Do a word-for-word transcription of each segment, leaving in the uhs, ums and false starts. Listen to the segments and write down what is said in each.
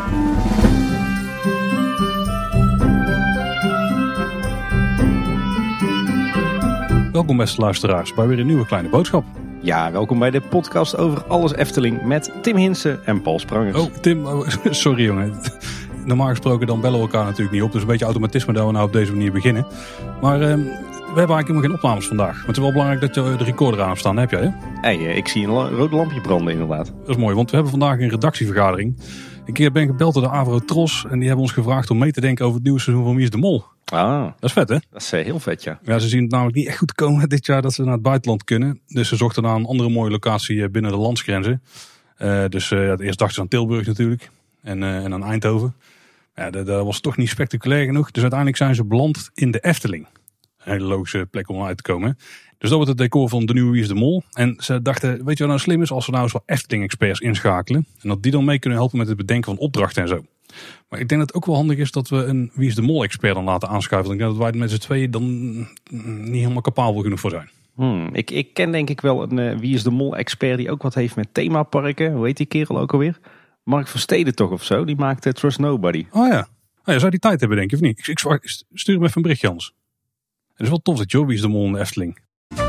Welkom beste luisteraars bij weer een nieuwe kleine boodschap. Ja, welkom bij de podcast over alles Efteling met Tim Hinsen en Paul Sprangers. Oh Tim, oh, sorry jongen. Normaal gesproken dan bellen we elkaar natuurlijk niet op. Dus een beetje automatisme dat we nou op deze manier beginnen. Maar uh, we hebben eigenlijk helemaal geen opnames vandaag. Maar het is wel belangrijk dat je de recorder aan hebt staan. Heb jij hè? Hey, ik zie een la- rood lampje branden inderdaad. Dat is mooi, want we hebben vandaag een redactievergadering. Ik ben gebeld door de Avro Tros en die hebben ons gevraagd om mee te denken over het nieuwe seizoen van Wie is de Mol. Ah, dat is vet hè? Dat is uh, heel vet ja. Ja, ze zien het namelijk niet echt goed komen dit jaar dat ze naar het buitenland kunnen. Dus ze zochten naar een andere mooie locatie binnen de landsgrenzen. Uh, dus uh, ja, eerst dachten ze aan Tilburg natuurlijk en, uh, en aan Eindhoven. Ja, dat, dat was toch niet spectaculair genoeg. Dus uiteindelijk zijn ze beland in de Efteling. Een hele logische plek om uit te komen. Dus dat wordt het decor van de nieuwe Wie is de Mol. En ze dachten, weet je wat nou slim is? Als we nou eens wat Efteling-experts inschakelen. En dat die dan mee kunnen helpen met het bedenken van opdrachten en zo. Maar ik denk dat het ook wel handig is dat we een Wie is de Mol-expert dan laten aanschuiven. Ik denk dat wij er met z'n tweeën dan niet helemaal capabel genoeg voor zijn. Hmm, ik, ik ken denk ik wel een uh, Wie is de Mol-expert die ook wat heeft met themaparken. Hoe heet die kerel ook alweer? Mark Versteden toch of zo? Die maakt uh, Trust Nobody. Oh ja. Oh ja, zou die tijd hebben denk ik of niet? Ik, ik, stuur hem even een berichtje anders. Het is wel tof dat je Wie is de Mol in de Efteling.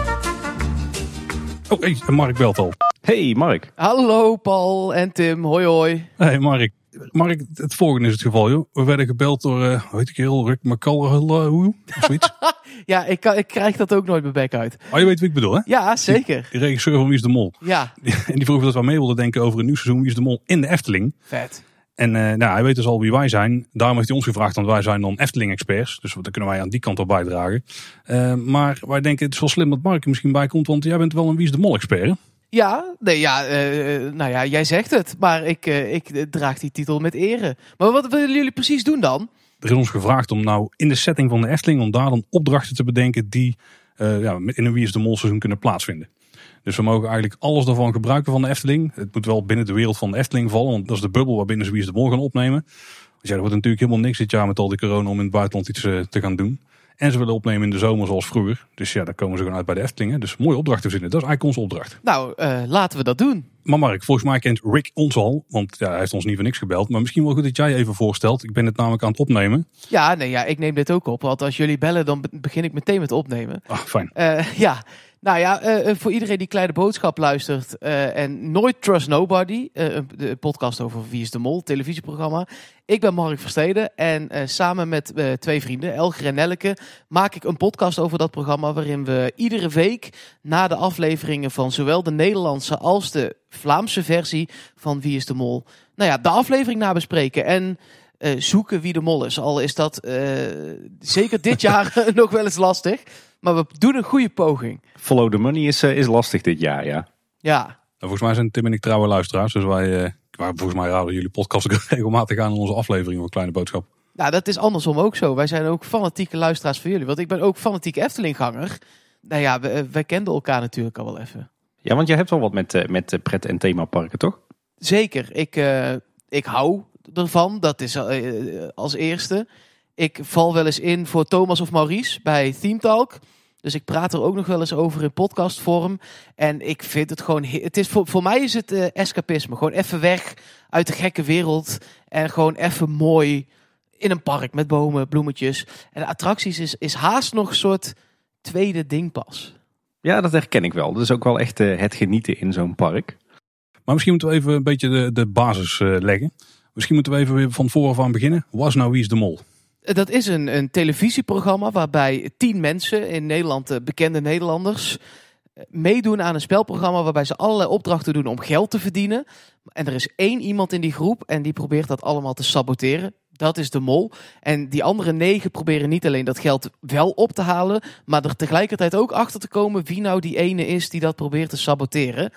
Oh, hey, Mark belt al. Hey Mark. Hallo Paul en Tim, hoi hoi. Hey Mark. Mark, het volgende is het geval joh. We werden gebeld door, uh, hoe heet ik heel, Rick McCallum, zoiets. Ja, ik, kan, ik krijg dat ook nooit mijn bek uit. Oh, je weet wie ik bedoel hè? Ja, zeker. Die, die regisseur van Wie is de Mol. Ja. En die vroeg dat we mee wilden denken over een nieuw seizoen Wie is de Mol in de Efteling. Vet. En uh, nou, hij weet dus al wie wij zijn. Daarom heeft hij ons gevraagd, want wij zijn dan Efteling-experts. Dus dan kunnen wij aan die kant op bijdragen. Uh, maar wij denken het is wel slim dat Mark er misschien bij komt. Want jij bent wel een Wie is de Mol-expert hè? Ja, nee, ja, uh, nou ja, jij zegt het. Maar ik, uh, ik draag die titel met ere. Maar wat willen jullie precies doen dan? Er is ons gevraagd om nou in de setting van de Efteling, om daar dan opdrachten te bedenken die uh, ja, in een Wie is de Mol seizoen kunnen plaatsvinden. Dus we mogen eigenlijk alles daarvan gebruiken van de Efteling. Het moet wel binnen de wereld van de Efteling vallen, want dat is de bubbel waarbinnen ze Wie is de Mol gaan opnemen. Dus ja, er wordt natuurlijk helemaal niks dit jaar met al die corona om in het buitenland iets uh, te gaan doen. En ze willen opnemen in de zomer zoals vroeger. Dus ja, daar komen ze gewoon uit bij de Efteling. Hè. Dus mooie opdrachten verzinnen. Dat is eigenlijk onze opdracht. Nou, uh, laten we dat doen. Maar Mark, volgens mij kent Rick ons al. Want ja, hij heeft ons niet voor niks gebeld. Maar misschien wel goed dat jij even voorstelt. Ik ben het namelijk aan het opnemen. Ja, nee, ja, ik neem dit ook op. Want als jullie bellen, dan begin ik meteen met opnemen. Ah, fijn. Uh, ja, nou ja, uh, voor iedereen die Kleine Boodschap luistert uh, en nooit Trust Nobody, uh, de podcast over Wie is de Mol, televisieprogramma. Ik ben Mark Versteden en uh, samen met uh, twee vrienden, Elger en Nelleke, maak ik een podcast over dat programma waarin we iedere week na de afleveringen van zowel de Nederlandse als de Vlaamse versie van Wie is de Mol, nou ja, de aflevering nabespreken en uh, zoeken wie de mol is. Al is dat uh, zeker dit jaar nog wel eens lastig. Maar we doen een goede poging. Follow the money is, uh, is lastig dit jaar, ja. Ja. Nou, volgens mij zijn Tim en ik trouwe luisteraars. Dus wij, uh, volgens mij raden jullie podcast ook regelmatig aan in onze aflevering van Kleine Boodschap. Nou, dat is andersom ook zo. Wij zijn ook fanatieke luisteraars van jullie. Want ik ben ook fanatieke Eftelingganger. Nou ja, wij, wij kenden elkaar natuurlijk al wel even. Ja, want jij hebt wel wat met, uh, met pret- en themaparken, toch? Zeker. Ik, uh, ik hou ervan. Dat is uh, als eerste. Ik val wel eens in voor Thomas of Maurice bij Theme Talk. Dus ik praat er ook nog wel eens over in podcastvorm. En ik vind het gewoon... Het is voor, voor mij is het uh, escapisme. Gewoon even weg uit de gekke wereld. En gewoon even mooi in een park met bomen, bloemetjes. En de attracties is, is haast nog een soort tweede ding pas. Ja, dat herken ik wel. Dat is ook wel echt uh, het genieten in zo'n park. Maar misschien moeten we even een beetje de, de basis uh, leggen. Misschien moeten we even weer van vooraf aan beginnen. Wat is nou Wie is de Mol? Dat is een, een televisieprogramma waarbij tien mensen in Nederland, bekende Nederlanders, meedoen aan een spelprogramma waarbij ze allerlei opdrachten doen om geld te verdienen. En er is één iemand in die groep en die probeert dat allemaal te saboteren. Dat is de mol. En die andere negen proberen niet alleen dat geld wel op te halen, maar er tegelijkertijd ook achter te komen wie nou die ene is die dat probeert te saboteren.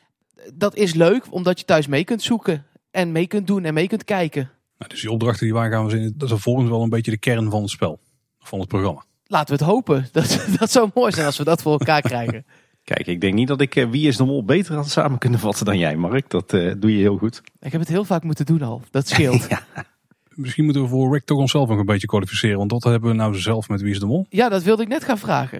Dat is leuk, omdat je thuis mee kunt zoeken en mee kunt doen en mee kunt kijken. Nou, dus die opdrachten die wij gaan verzinnen, dat is volgens wel een beetje de kern van het spel. Van het programma. Laten we het hopen. Dat, dat zou mooi zijn als we dat voor elkaar krijgen. Kijk, ik denk niet dat ik uh, Wie is de Mol beter had samen kunnen vatten dan jij, Mark. Dat uh, doe je heel goed. Ik heb het heel vaak moeten doen al. Dat scheelt. Ja. Misschien moeten we voor Rick toch onszelf nog een beetje kwalificeren. Want wat hebben we nou zelf met Wie is de Mol? Ja, dat wilde ik net gaan vragen.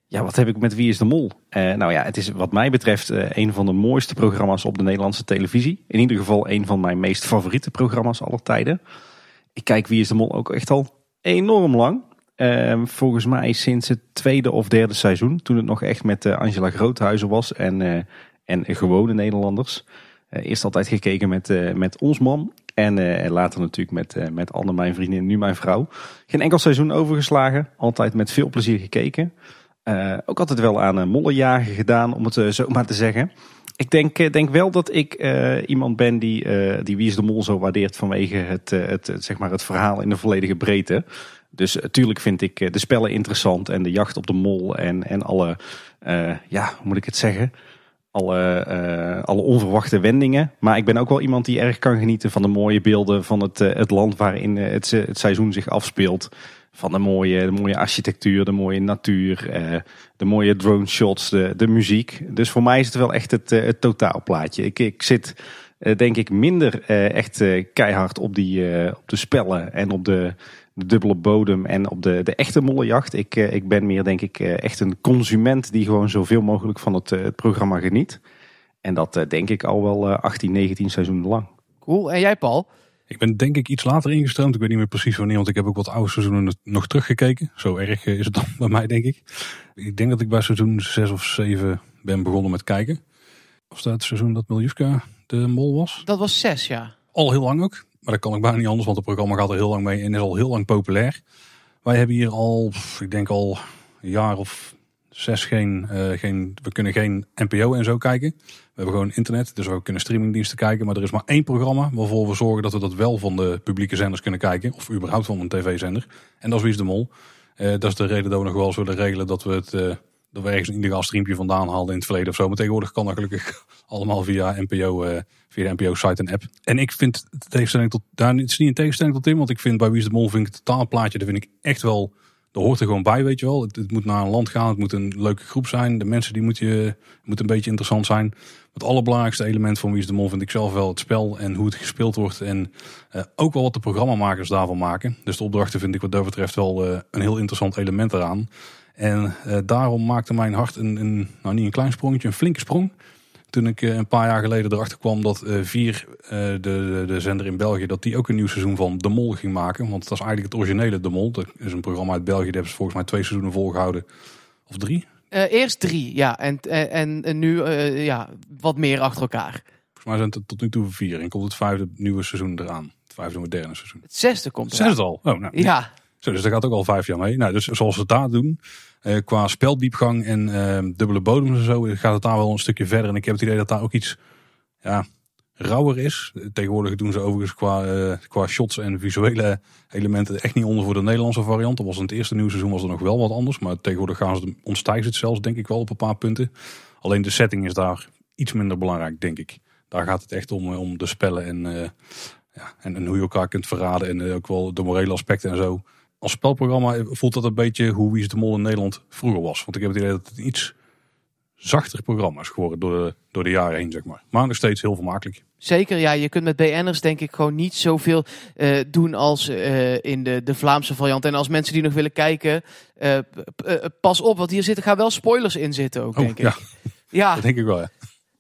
Ja, wat heb ik met Wie is de Mol? Uh, nou ja, het is wat mij betreft uh, een van de mooiste programma's op de Nederlandse televisie. In ieder geval een van mijn meest favoriete programma's aller tijden. Ik kijk Wie is de Mol ook echt al enorm lang. Uh, volgens mij sinds het tweede of derde seizoen. Toen het nog echt met uh, Angela Groothuizen was en, uh, en gewone Nederlanders. Uh, eerst altijd gekeken met, uh, met ons man. En uh, later natuurlijk met, uh, met Anne, mijn vriendin, nu mijn vrouw. Geen enkel seizoen overgeslagen. Altijd met veel plezier gekeken. Uh, ook altijd wel aan uh, mollenjagen gedaan, om het uh, zo maar te zeggen. Ik denk, uh, denk wel dat ik uh, iemand ben die, uh, die Wie is de Mol zo waardeert vanwege het, uh, het, het, zeg maar het verhaal in de volledige breedte. Dus natuurlijk uh, vind ik uh, de spellen interessant en de jacht op de mol en, en alle, uh, ja, hoe moet ik het zeggen... Alle, uh, alle onverwachte wendingen. Maar ik ben ook wel iemand die erg kan genieten van de mooie beelden van het, uh, het land waarin uh, het, het seizoen zich afspeelt. Van de mooie, de mooie architectuur, de mooie natuur, uh, de mooie drone shots, de, de muziek. Dus voor mij is het wel echt het, uh, het totaalplaatje. Ik, ik zit uh, denk ik minder uh, echt uh, keihard op, die, uh, op de spellen en op de... de dubbele bodem en op de, de echte mollenjacht. Ik, uh, ik ben meer denk ik uh, echt een consument die gewoon zoveel mogelijk van het, uh, het programma geniet. En dat uh, denk ik al wel uh, achttien, negentien seizoenen lang. Cool. En jij, Paul? Ik ben denk ik iets later ingestroomd. Ik weet niet meer precies wanneer, want ik heb ook wat oude seizoenen nog teruggekeken. Zo erg uh, is het dan bij mij, denk ik. Ik denk dat ik bij seizoen zes of zeven ben begonnen met kijken. Of dat het seizoen dat Miljuska de mol was? Dat was zes, ja. Al heel lang ook. Maar dat kan ik bijna niet anders, want het programma gaat er heel lang mee en is al heel lang populair. Wij hebben hier al, ik denk al een jaar of zes geen, uh, geen, we kunnen geen N P O en zo kijken. We hebben gewoon internet, dus we kunnen streamingdiensten kijken. Maar er is maar één programma waarvoor we zorgen dat we dat wel van de publieke zenders kunnen kijken. Of überhaupt van een tv-zender. En dat is Wie is de Mol. Uh, dat is de reden dat we nog wel zullen regelen dat we het... Uh, dat we ergens een illegaal streampje vandaan haalden in het verleden of zo. Maar tegenwoordig kan dat gelukkig allemaal via N P O, uh, via de N P O-site en app. En ik vind het tegenstelling tot, daar het is niet een tegenstelling tot Tim, want ik vind bij Wie is de Mol vind ik het totaalplaatje, daar vind ik echt wel, dat hoort er gewoon bij, weet je wel. Het, het moet naar een land gaan, het moet een leuke groep zijn. De mensen die moet je, moet een beetje interessant zijn. Het allerbelangrijkste element van Wie is de Mol vind ik zelf wel het spel en hoe het gespeeld wordt. En uh, ook wel wat de programmamakers daarvan maken. Dus de opdrachten vind ik wat dat betreft wel uh, een heel interessant element eraan. En uh, daarom maakte mijn hart een, een, nou niet een klein sprongetje, een flinke sprong. Toen ik uh, een paar jaar geleden erachter kwam dat uh, vier, uh, de, de, de zender in België, dat die ook een nieuw seizoen van De Mol ging maken. Want dat is eigenlijk het originele De Mol. Dat is een programma uit België, die hebben ze volgens mij twee seizoenen volgehouden. Of drie? Uh, eerst drie, ja. En, en, en nu uh, ja, wat meer achter elkaar. Volgens mij zijn het tot nu toe vier. En komt het vijfde nieuwe seizoen eraan. Het vijfde moderne seizoen. Het zesde komt eraan. Het zesde al? Oh, nou, ja. Zo, dus dat gaat ook al vijf jaar mee. Nou, dus zoals ze het daar doen, uh, qua speldiepgang en uh, dubbele bodems en zo, gaat het daar wel een stukje verder. En ik heb het idee dat daar ook iets ja, rauwer is. Tegenwoordig doen ze overigens qua, uh, qua shots en visuele elementen echt niet onder voor de Nederlandse variant. Dat was in het eerste nieuwe seizoen was er nog wel wat anders. Maar tegenwoordig gaan ze, ontstijgen ze het zelfs, denk ik wel, op een paar punten. Alleen de setting is daar iets minder belangrijk, denk ik. Daar gaat het echt om, om de spellen en, uh, ja, en, en hoe je elkaar kunt verraden. En uh, ook wel de morele aspecten en zo. Als spelprogramma voelt dat een beetje hoe Wie is de Mol in Nederland vroeger was. Want ik heb het idee dat het een iets zachter programma is geworden door de, door de jaren heen, zeg maar. Maar nog steeds heel vermakelijk. Zeker, ja. Je kunt met B N'ers denk ik gewoon niet zoveel uh, doen als uh, in de, de Vlaamse variant. En als mensen die nog willen kijken, uh, p- uh, pas op. Want hier zitten, gaan wel spoilers in zitten ook, Oh, denk ik. Ja. Ja. Dat denk ik wel, ja.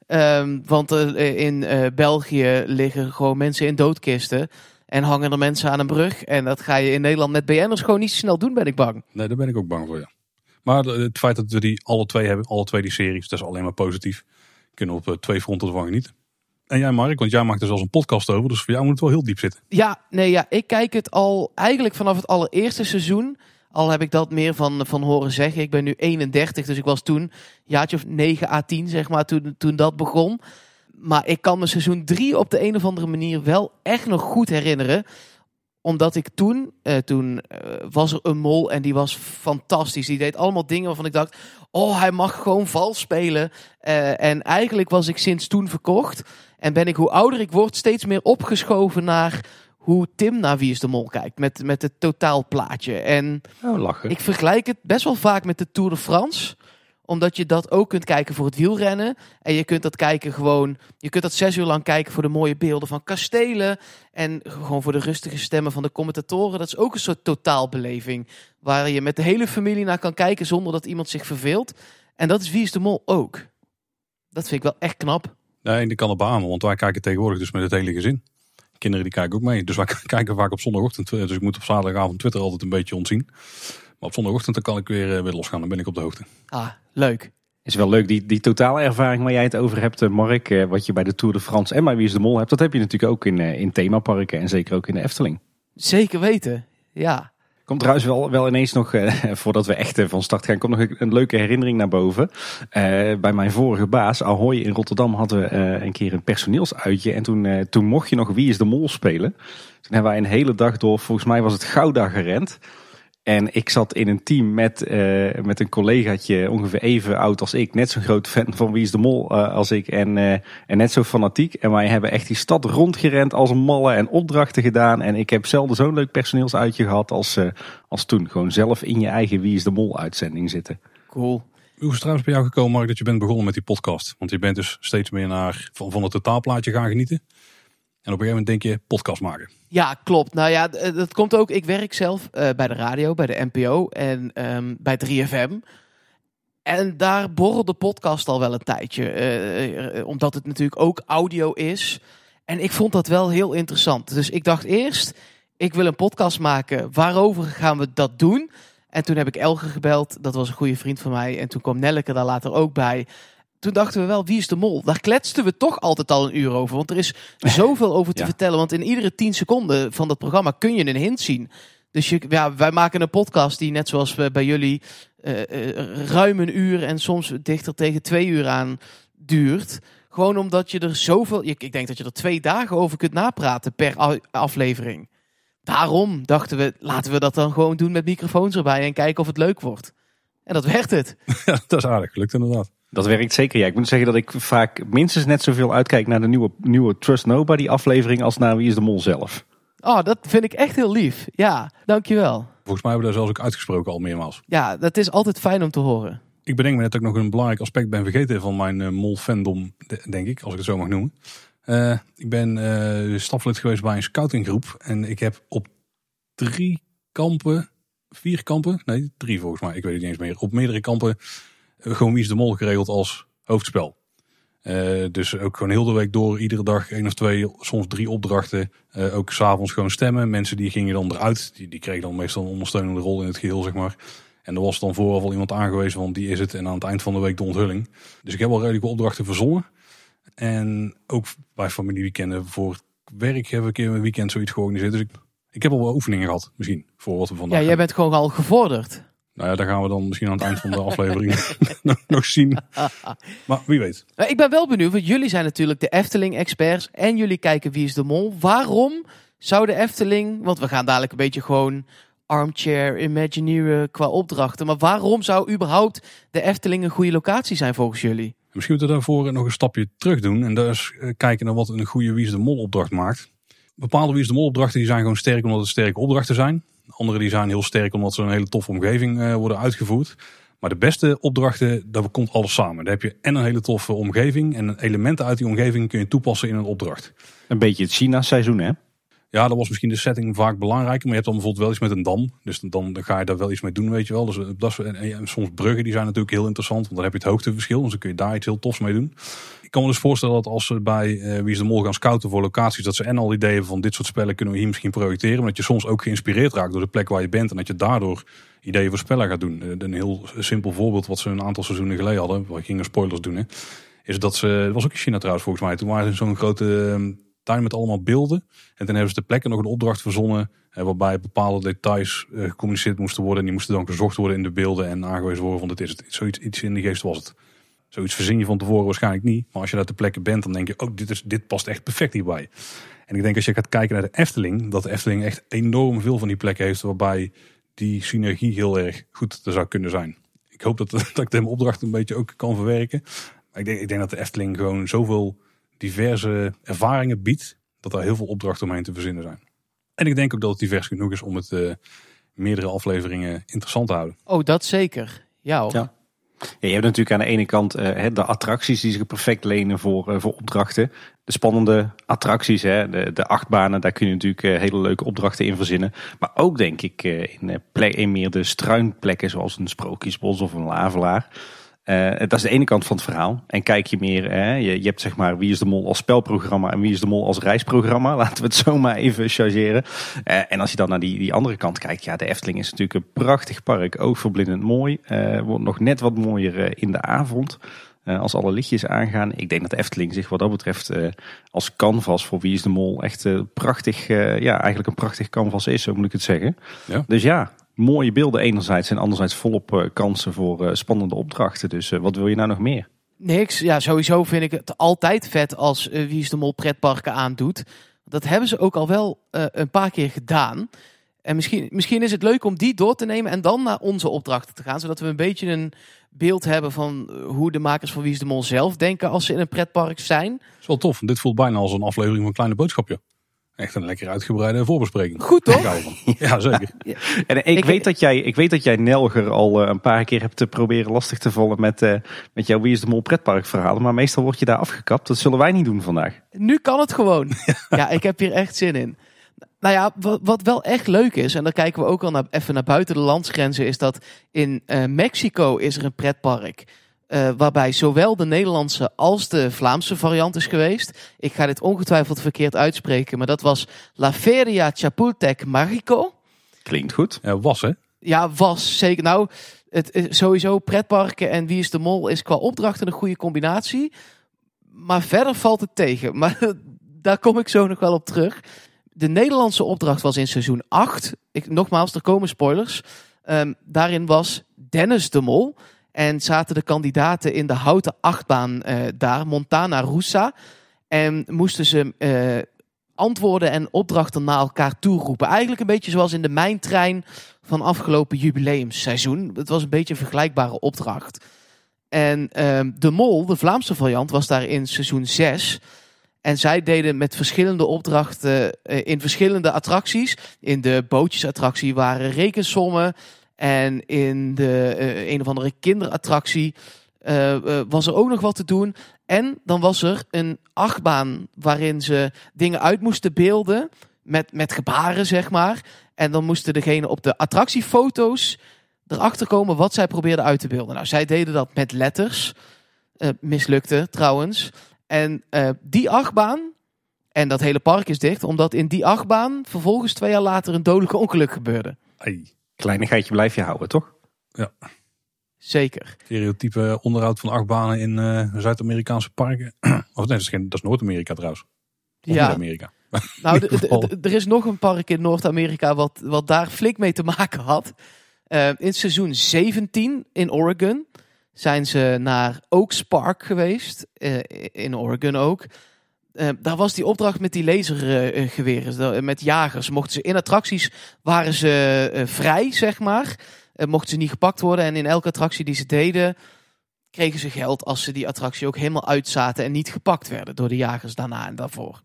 Um, want uh, in uh, België liggen gewoon mensen in doodkisten. En hangen er mensen aan een brug. En dat ga je in Nederland met B N'ers gewoon niet zo snel doen, ben ik bang. Nee, daar ben ik ook bang voor, ja. Maar het feit dat we die alle twee hebben, alle twee die series, dat is alleen maar positief. Kunnen we op twee fronten ervan genieten. En jij, Mark, want jij maakt er zelfs een podcast over. Dus voor jou moet het wel heel diep zitten. Ja, nee, ja, ik kijk het al eigenlijk vanaf het allereerste seizoen. Al heb ik dat meer van, van horen zeggen. Ik ben nu eenendertig, dus ik was toen jaartje of negen à tien, zeg maar, toen, toen dat begon. Maar ik kan me seizoen drie op de een of andere manier wel echt nog goed herinneren. Omdat ik toen, uh, toen uh, was er een mol en die was fantastisch. Die deed allemaal dingen waarvan ik dacht, oh, hij mag gewoon vals spelen. Uh, en eigenlijk was ik sinds toen verkocht. En ben ik, hoe ouder ik word, steeds meer opgeschoven naar hoe Tim naar Wie is de Mol kijkt. Met, met het totaalplaatje. En oh, lachen. Ik vergelijk het best wel vaak met de Tour de France. Omdat je dat ook kunt kijken voor het wielrennen. En je kunt dat kijken gewoon... Je kunt dat zes uur lang kijken voor de mooie beelden van kastelen. En gewoon voor de rustige stemmen van de commentatoren. Dat is ook een soort totaalbeleving. Waar je met de hele familie naar kan kijken zonder dat iemand zich verveelt. En dat is Wie is de Mol ook. Dat vind ik wel echt knap. Nee, die kan het beamen, want wij kijken tegenwoordig dus met het hele gezin. Kinderen die kijken ook mee. Dus wij kijken vaak op zondagochtend. Dus ik moet op zaterdagavond Twitter altijd een beetje ontzien. Maar op zondagochtend dan kan ik weer, weer losgaan. Dan ben ik op de hoogte. Ah, leuk. Is wel leuk, die, die totale ervaring waar jij het over hebt, Mark. Eh, wat je bij de Tour de France en bij Wie is de Mol hebt. Dat heb je natuurlijk ook in, uh, in themaparken en zeker ook in de Efteling. Zeker weten, ja. Komt trouwens wel, wel ineens nog, uh, voordat we echt uh, van start gaan, komt nog een, een leuke herinnering naar boven. Uh, bij mijn vorige baas, Ahoy in Rotterdam, hadden we uh, een keer een personeelsuitje. En toen, uh, toen mocht je nog Wie is de Mol spelen. Toen hebben wij een hele dag door, volgens mij was het Gouda gerend. En ik zat in een team met, uh, met een collegaatje ongeveer even oud als ik. Net zo'n groot fan van Wie is de Mol uh, als ik. En, uh, en net zo fanatiek. En wij hebben echt die stad rondgerend als een malle en opdrachten gedaan. En ik heb zelden zo'n leuk personeelsuitje gehad als, uh, als toen. Gewoon zelf in je eigen Wie is de Mol uitzending zitten. Cool. Hoe is het trouwens bij jou gekomen, Mark, dat je bent begonnen met die podcast? Want je bent dus steeds meer naar, van, van het totaalplaatje gaan genieten. En op een gegeven moment denk je podcast maken. Ja, klopt. Nou ja, dat komt ook. Ik werk zelf uh, bij de radio, bij de N P O en um, bij drie F M. En daar borrelt de podcast al wel een tijdje. Uh, uh, omdat het natuurlijk ook audio is. En ik vond dat wel heel interessant. Dus ik dacht eerst, ik wil een podcast maken. Waarover gaan we dat doen? En toen heb ik Elge gebeld. Dat was een goede vriend van mij. En toen kwam Nelleke daar later ook bij. Toen dachten we wel, Wie is de Mol? Daar kletsten we toch altijd al een uur over. Want er is zoveel over te ja. vertellen. Want in iedere tien seconden van dat programma kun je een hint zien. Dus je, ja, wij maken een podcast die net zoals we bij jullie uh, uh, ruim een uur en soms dichter tegen twee uur aan duurt. Gewoon omdat je er zoveel... Ik denk dat je er twee dagen over kunt napraten per aflevering. Daarom dachten we, laten we dat dan gewoon doen met microfoons erbij en kijken of het leuk wordt. En dat werd het. Ja, dat is aardig gelukt inderdaad. Dat werkt zeker, ja. Ik moet zeggen dat ik vaak minstens net zoveel uitkijk naar de nieuwe, nieuwe Trust Nobody aflevering als naar Wie is de Mol zelf. Oh, dat vind ik echt heel lief. Ja, dankjewel. Volgens mij hebben we daar zelfs ook uitgesproken al meermaals. Ja, dat is altijd fijn om te horen. Ik bedenk me net dat ik nog een belangrijk aspect ben vergeten van mijn uh, Mol-fandom, denk ik, als ik het zo mag noemen. Uh, ik ben uh, staflid geweest bij een scoutinggroep en ik heb op drie kampen, vier kampen, nee, drie volgens mij, ik weet het niet eens meer, op meerdere kampen uh, gewoon Wie is de Mol geregeld als hoofdspel. Uh, dus ook gewoon heel de week door, iedere dag één of twee, soms drie opdrachten. Uh, ook 's avonds gewoon stemmen. Mensen die gingen dan eruit, die, die kregen dan meestal een ondersteunende rol in het geheel, zeg maar. En er was dan vooraf al iemand aangewezen, want die is het. En aan het eind van de week de onthulling. Dus ik heb al redelijke opdrachten verzonnen. En ook bij familieweekenden voor werk heb ik een keer een weekend zoiets georganiseerd. Dus ik, ik heb al wel oefeningen gehad, misschien, voor wat we vandaag Ja, jij bent gewoon al gevorderd. Nou ja, daar gaan we dan misschien aan het eind van de aflevering nog, nog zien. Maar wie weet. Ik ben wel benieuwd, want jullie zijn natuurlijk de Efteling-experts. En jullie kijken Wie is de Mol. Waarom zou de Efteling... Want we gaan dadelijk een beetje gewoon armchair imagineeren qua opdrachten. Maar waarom zou überhaupt de Efteling een goede locatie zijn volgens jullie? Misschien moeten we daarvoor nog een stapje terug doen. En daar is kijken naar wat een goede Wie is de Mol opdracht maakt. Bepaalde Wie is de Mol opdrachten die zijn gewoon sterk omdat het sterke opdrachten zijn. Andere die zijn heel sterk omdat ze een hele toffe omgeving uh, worden uitgevoerd. Maar de beste opdrachten, daar komt alles samen. Daar heb je en een hele toffe omgeving. En elementen uit die omgeving kun je toepassen in een opdracht. Een beetje het China-seizoen, hè? Ja, dat was misschien de setting vaak belangrijker. Maar je hebt dan bijvoorbeeld wel iets met een dam. Dus dan, dan ga je daar wel iets mee doen, weet je wel. Dus dat is, en, en soms bruggen, die zijn natuurlijk heel interessant. Want dan heb je het hoogteverschil. Dus dan kun je daar iets heel tofs mee doen. Ik kan me dus voorstellen dat als ze bij uh, Wie is de Mol gaan scouten voor locaties, dat ze en al ideeën van dit soort spellen kunnen we hier misschien projecteren. Maar dat je soms ook geïnspireerd raakt door de plek waar je bent. En dat je daardoor ideeën voor spellen gaat doen. Een heel simpel voorbeeld wat ze een aantal seizoenen geleden hadden. Waar gingen spoilers doen. Hè, is dat ze, dat was ook in China trouwens volgens mij. Toen waren ze in zo'n grote uh, tuin met allemaal beelden. En toen hebben ze ter plekke nog een opdracht verzonnen. Uh, waarbij bepaalde details uh, gecommuniceerd moesten worden. En die moesten dan gezocht worden in de beelden. En aangewezen worden van dit is het. Zoiets iets in die geest was het. Zoiets verzin je van tevoren waarschijnlijk niet. Maar als je daar ter plekke bent, dan denk je, oh, dit, is, dit past echt perfect hierbij. En ik denk als je gaat kijken naar de Efteling, dat de Efteling echt enorm veel van die plekken heeft waarbij die synergie heel erg goed zou kunnen zijn. Ik hoop dat, dat ik de opdracht een beetje ook kan verwerken. Maar ik denk, ik denk dat de Efteling gewoon zoveel diverse ervaringen biedt, dat er heel veel opdrachten omheen te verzinnen zijn. En ik denk ook dat het divers genoeg is om het uh, meerdere afleveringen interessant te houden. Oh, dat zeker. Ja hoor. Ja. Ja, je hebt natuurlijk aan de ene kant uh, de attracties die zich perfect lenen voor, uh, voor opdrachten. De spannende attracties, hè, de, de achtbanen, daar kun je natuurlijk uh, hele leuke opdrachten in verzinnen. Maar ook denk ik uh, in, uh, plek, in meer de struinplekken zoals een Sprookjesbos of een Lavelaar. Uh, dat is de ene kant van het verhaal. En kijk je meer, hè, je, je hebt zeg maar Wie is de Mol als spelprogramma en Wie is de Mol als reisprogramma. Laten we het zo maar even chargeren. Uh, en als je dan naar die, die andere kant kijkt, ja, de Efteling is natuurlijk een prachtig park. Oogverblindend mooi. Uh, wordt nog net wat mooier uh, in de avond. Uh, als alle lichtjes aangaan. Ik denk dat de Efteling zich wat dat betreft uh, als canvas voor Wie is de Mol echt uh, prachtig, uh, ja, eigenlijk een prachtig canvas is, zo moet ik het zeggen. Ja. Dus ja, mooie beelden enerzijds en anderzijds volop uh, kansen voor uh, spannende opdrachten. Dus uh, wat wil je nou nog meer? Niks. Ja, sowieso vind ik het altijd vet als uh, Wie is de Mol pretparken aandoet. Dat hebben ze ook al wel uh, een paar keer gedaan. En misschien, misschien is het leuk om die door te nemen en dan naar onze opdrachten te gaan. Zodat we een beetje een beeld hebben van hoe de makers van Wie is de Mol zelf denken als ze in een pretpark zijn. Dat is wel tof. Dit voelt bijna als een aflevering van Kleine Boodschapje. Echt een lekker uitgebreide voorbespreking. Goed toch? Ja, zeker. Ja. En ik, ik, weet dat jij, ik weet dat jij Nelger al uh, een paar keer hebt te proberen lastig te vallen met, uh, met jouw Wie is de Mol pretpark verhalen. Maar meestal word je daar afgekapt. Dat zullen wij niet doen vandaag. Nu kan het gewoon. Ja, ik heb hier echt zin in. Nou ja, wat, wat wel echt leuk is, en dan kijken we ook al naar, even naar buiten de landsgrenzen, is dat in uh, Mexico is er een pretpark. Uh, waarbij zowel de Nederlandse als de Vlaamse variant is geweest. Ik ga dit ongetwijfeld verkeerd uitspreken, maar dat was La Feria Chapultepec Mágico. Klinkt goed. Ja, was hè? Ja, was zeker. Nou, het, het, sowieso pretparken en Wie is de Mol is qua opdrachten een goede combinatie. Maar verder valt het tegen. Maar daar kom ik zo nog wel op terug. De Nederlandse opdracht was in seizoen acht. Ik, nogmaals, er komen spoilers. Um, daarin was Dennis de Mol. En zaten de kandidaten in de houten achtbaan uh, daar, Montana Russa. En moesten ze uh, antwoorden en opdrachten naar elkaar toe roepen. Eigenlijk een beetje zoals in de Mijntrein van afgelopen jubileumseizoen. Het was een beetje een vergelijkbare opdracht. En uh, de Mol, de Vlaamse variant, was daar in seizoen zes. En zij deden met verschillende opdrachten uh, in verschillende attracties. In de bootjesattractie waren rekensommen. En in de uh, een of andere kinderattractie uh, uh, was er ook nog wat te doen. En dan was er een achtbaan waarin ze dingen uit moesten beelden. Met, met gebaren, zeg maar. En dan moesten degene op de attractiefoto's erachter komen wat zij probeerden uit te beelden. Nou, zij deden dat met letters. Uh, mislukte trouwens. En uh, die achtbaan, en dat hele park is dicht, omdat in die achtbaan vervolgens twee jaar later een dodelijk ongeluk gebeurde. Hey. Kleinigheidje blijf je houden, toch? Ja. Zeker. Stereotype onderhoud van achtbanen in uh, Zuid-Amerikaanse parken. Of nee, dat is, geen, dat is Noord-Amerika trouwens. Of ja. Amerika. Nou, d- d- d- er is nog een park in Noord-Amerika wat, wat daar flink mee te maken had. Uh, in seizoen zeventien in Oregon zijn ze naar Oaks Park geweest. Uh, in Oregon ook. Uh, daar was die opdracht met die lasergeweren, uh, met jagers. Mochten ze in attracties, waren ze uh, vrij, zeg maar. Uh, mochten ze niet gepakt worden. En in elke attractie die ze deden, kregen ze geld als ze die attractie ook helemaal uitzaten en niet gepakt werden door de jagers daarna en daarvoor.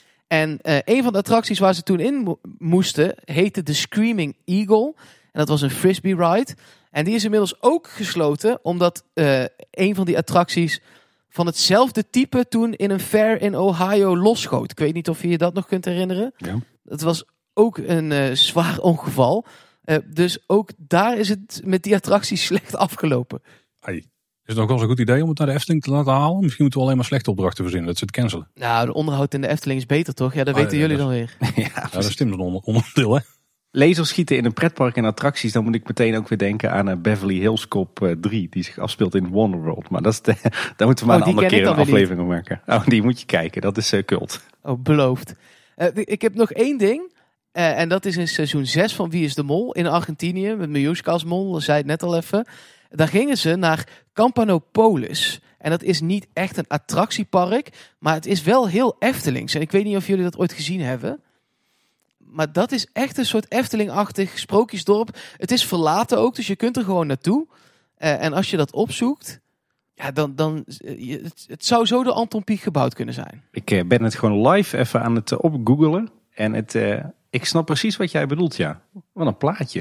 En uh, een van de attracties waar ze toen in mo- moesten, heette de Screaming Eagle. En dat was een frisbee ride. En die is inmiddels ook gesloten, omdat uh, een van die attracties van hetzelfde type toen in een fair in Ohio losschoot. Ik weet niet of je je dat nog kunt herinneren. Ja. Dat was ook een uh, zwaar ongeval. Uh, dus ook daar is het met die attractie slecht afgelopen. Hey. Is het ook wel eens een goed idee om het naar de Efteling te laten halen? Misschien moeten we alleen maar slechte opdrachten verzinnen, dat ze het cancelen. Nou, de onderhoud in de Efteling is beter, toch? Ja, dat Ah, weten ja, jullie dat dan weer. Ja, Ja, dat is een onder- onderdeel, hè? Laserschieten in een pretpark en attracties, dan moet ik meteen ook weer denken aan uh, Beverly Hills Cop uh, drie, die zich afspeelt in Wonderworld. Maar dat is de, daar moeten we maar Oh, een die andere ken ik keer een dan weer aflevering over maken. Oh, die moet je kijken, dat is uh, cult. Oh, beloofd. Uh, ik heb nog één ding. Uh, en dat is in seizoen zes van Wie is de Mol in Argentinië. Met Miljuska als mol, dat zei het net al even. Daar gingen ze naar Campanopolis. En dat is niet echt een attractiepark, maar het is wel heel Eftelings. En ik weet niet of jullie dat ooit gezien hebben. Maar dat is echt een soort Efteling-achtig sprookjesdorp. Het is verlaten ook, dus je kunt er gewoon naartoe. Uh, en als je dat opzoekt, ja, dan, dan uh, het, het zou zo door Anton Pieck gebouwd kunnen zijn. Ik uh, ben het gewoon live even aan het uh, opgoogelen. En het, uh, ik snap precies wat jij bedoelt, ja. Wat een plaatje.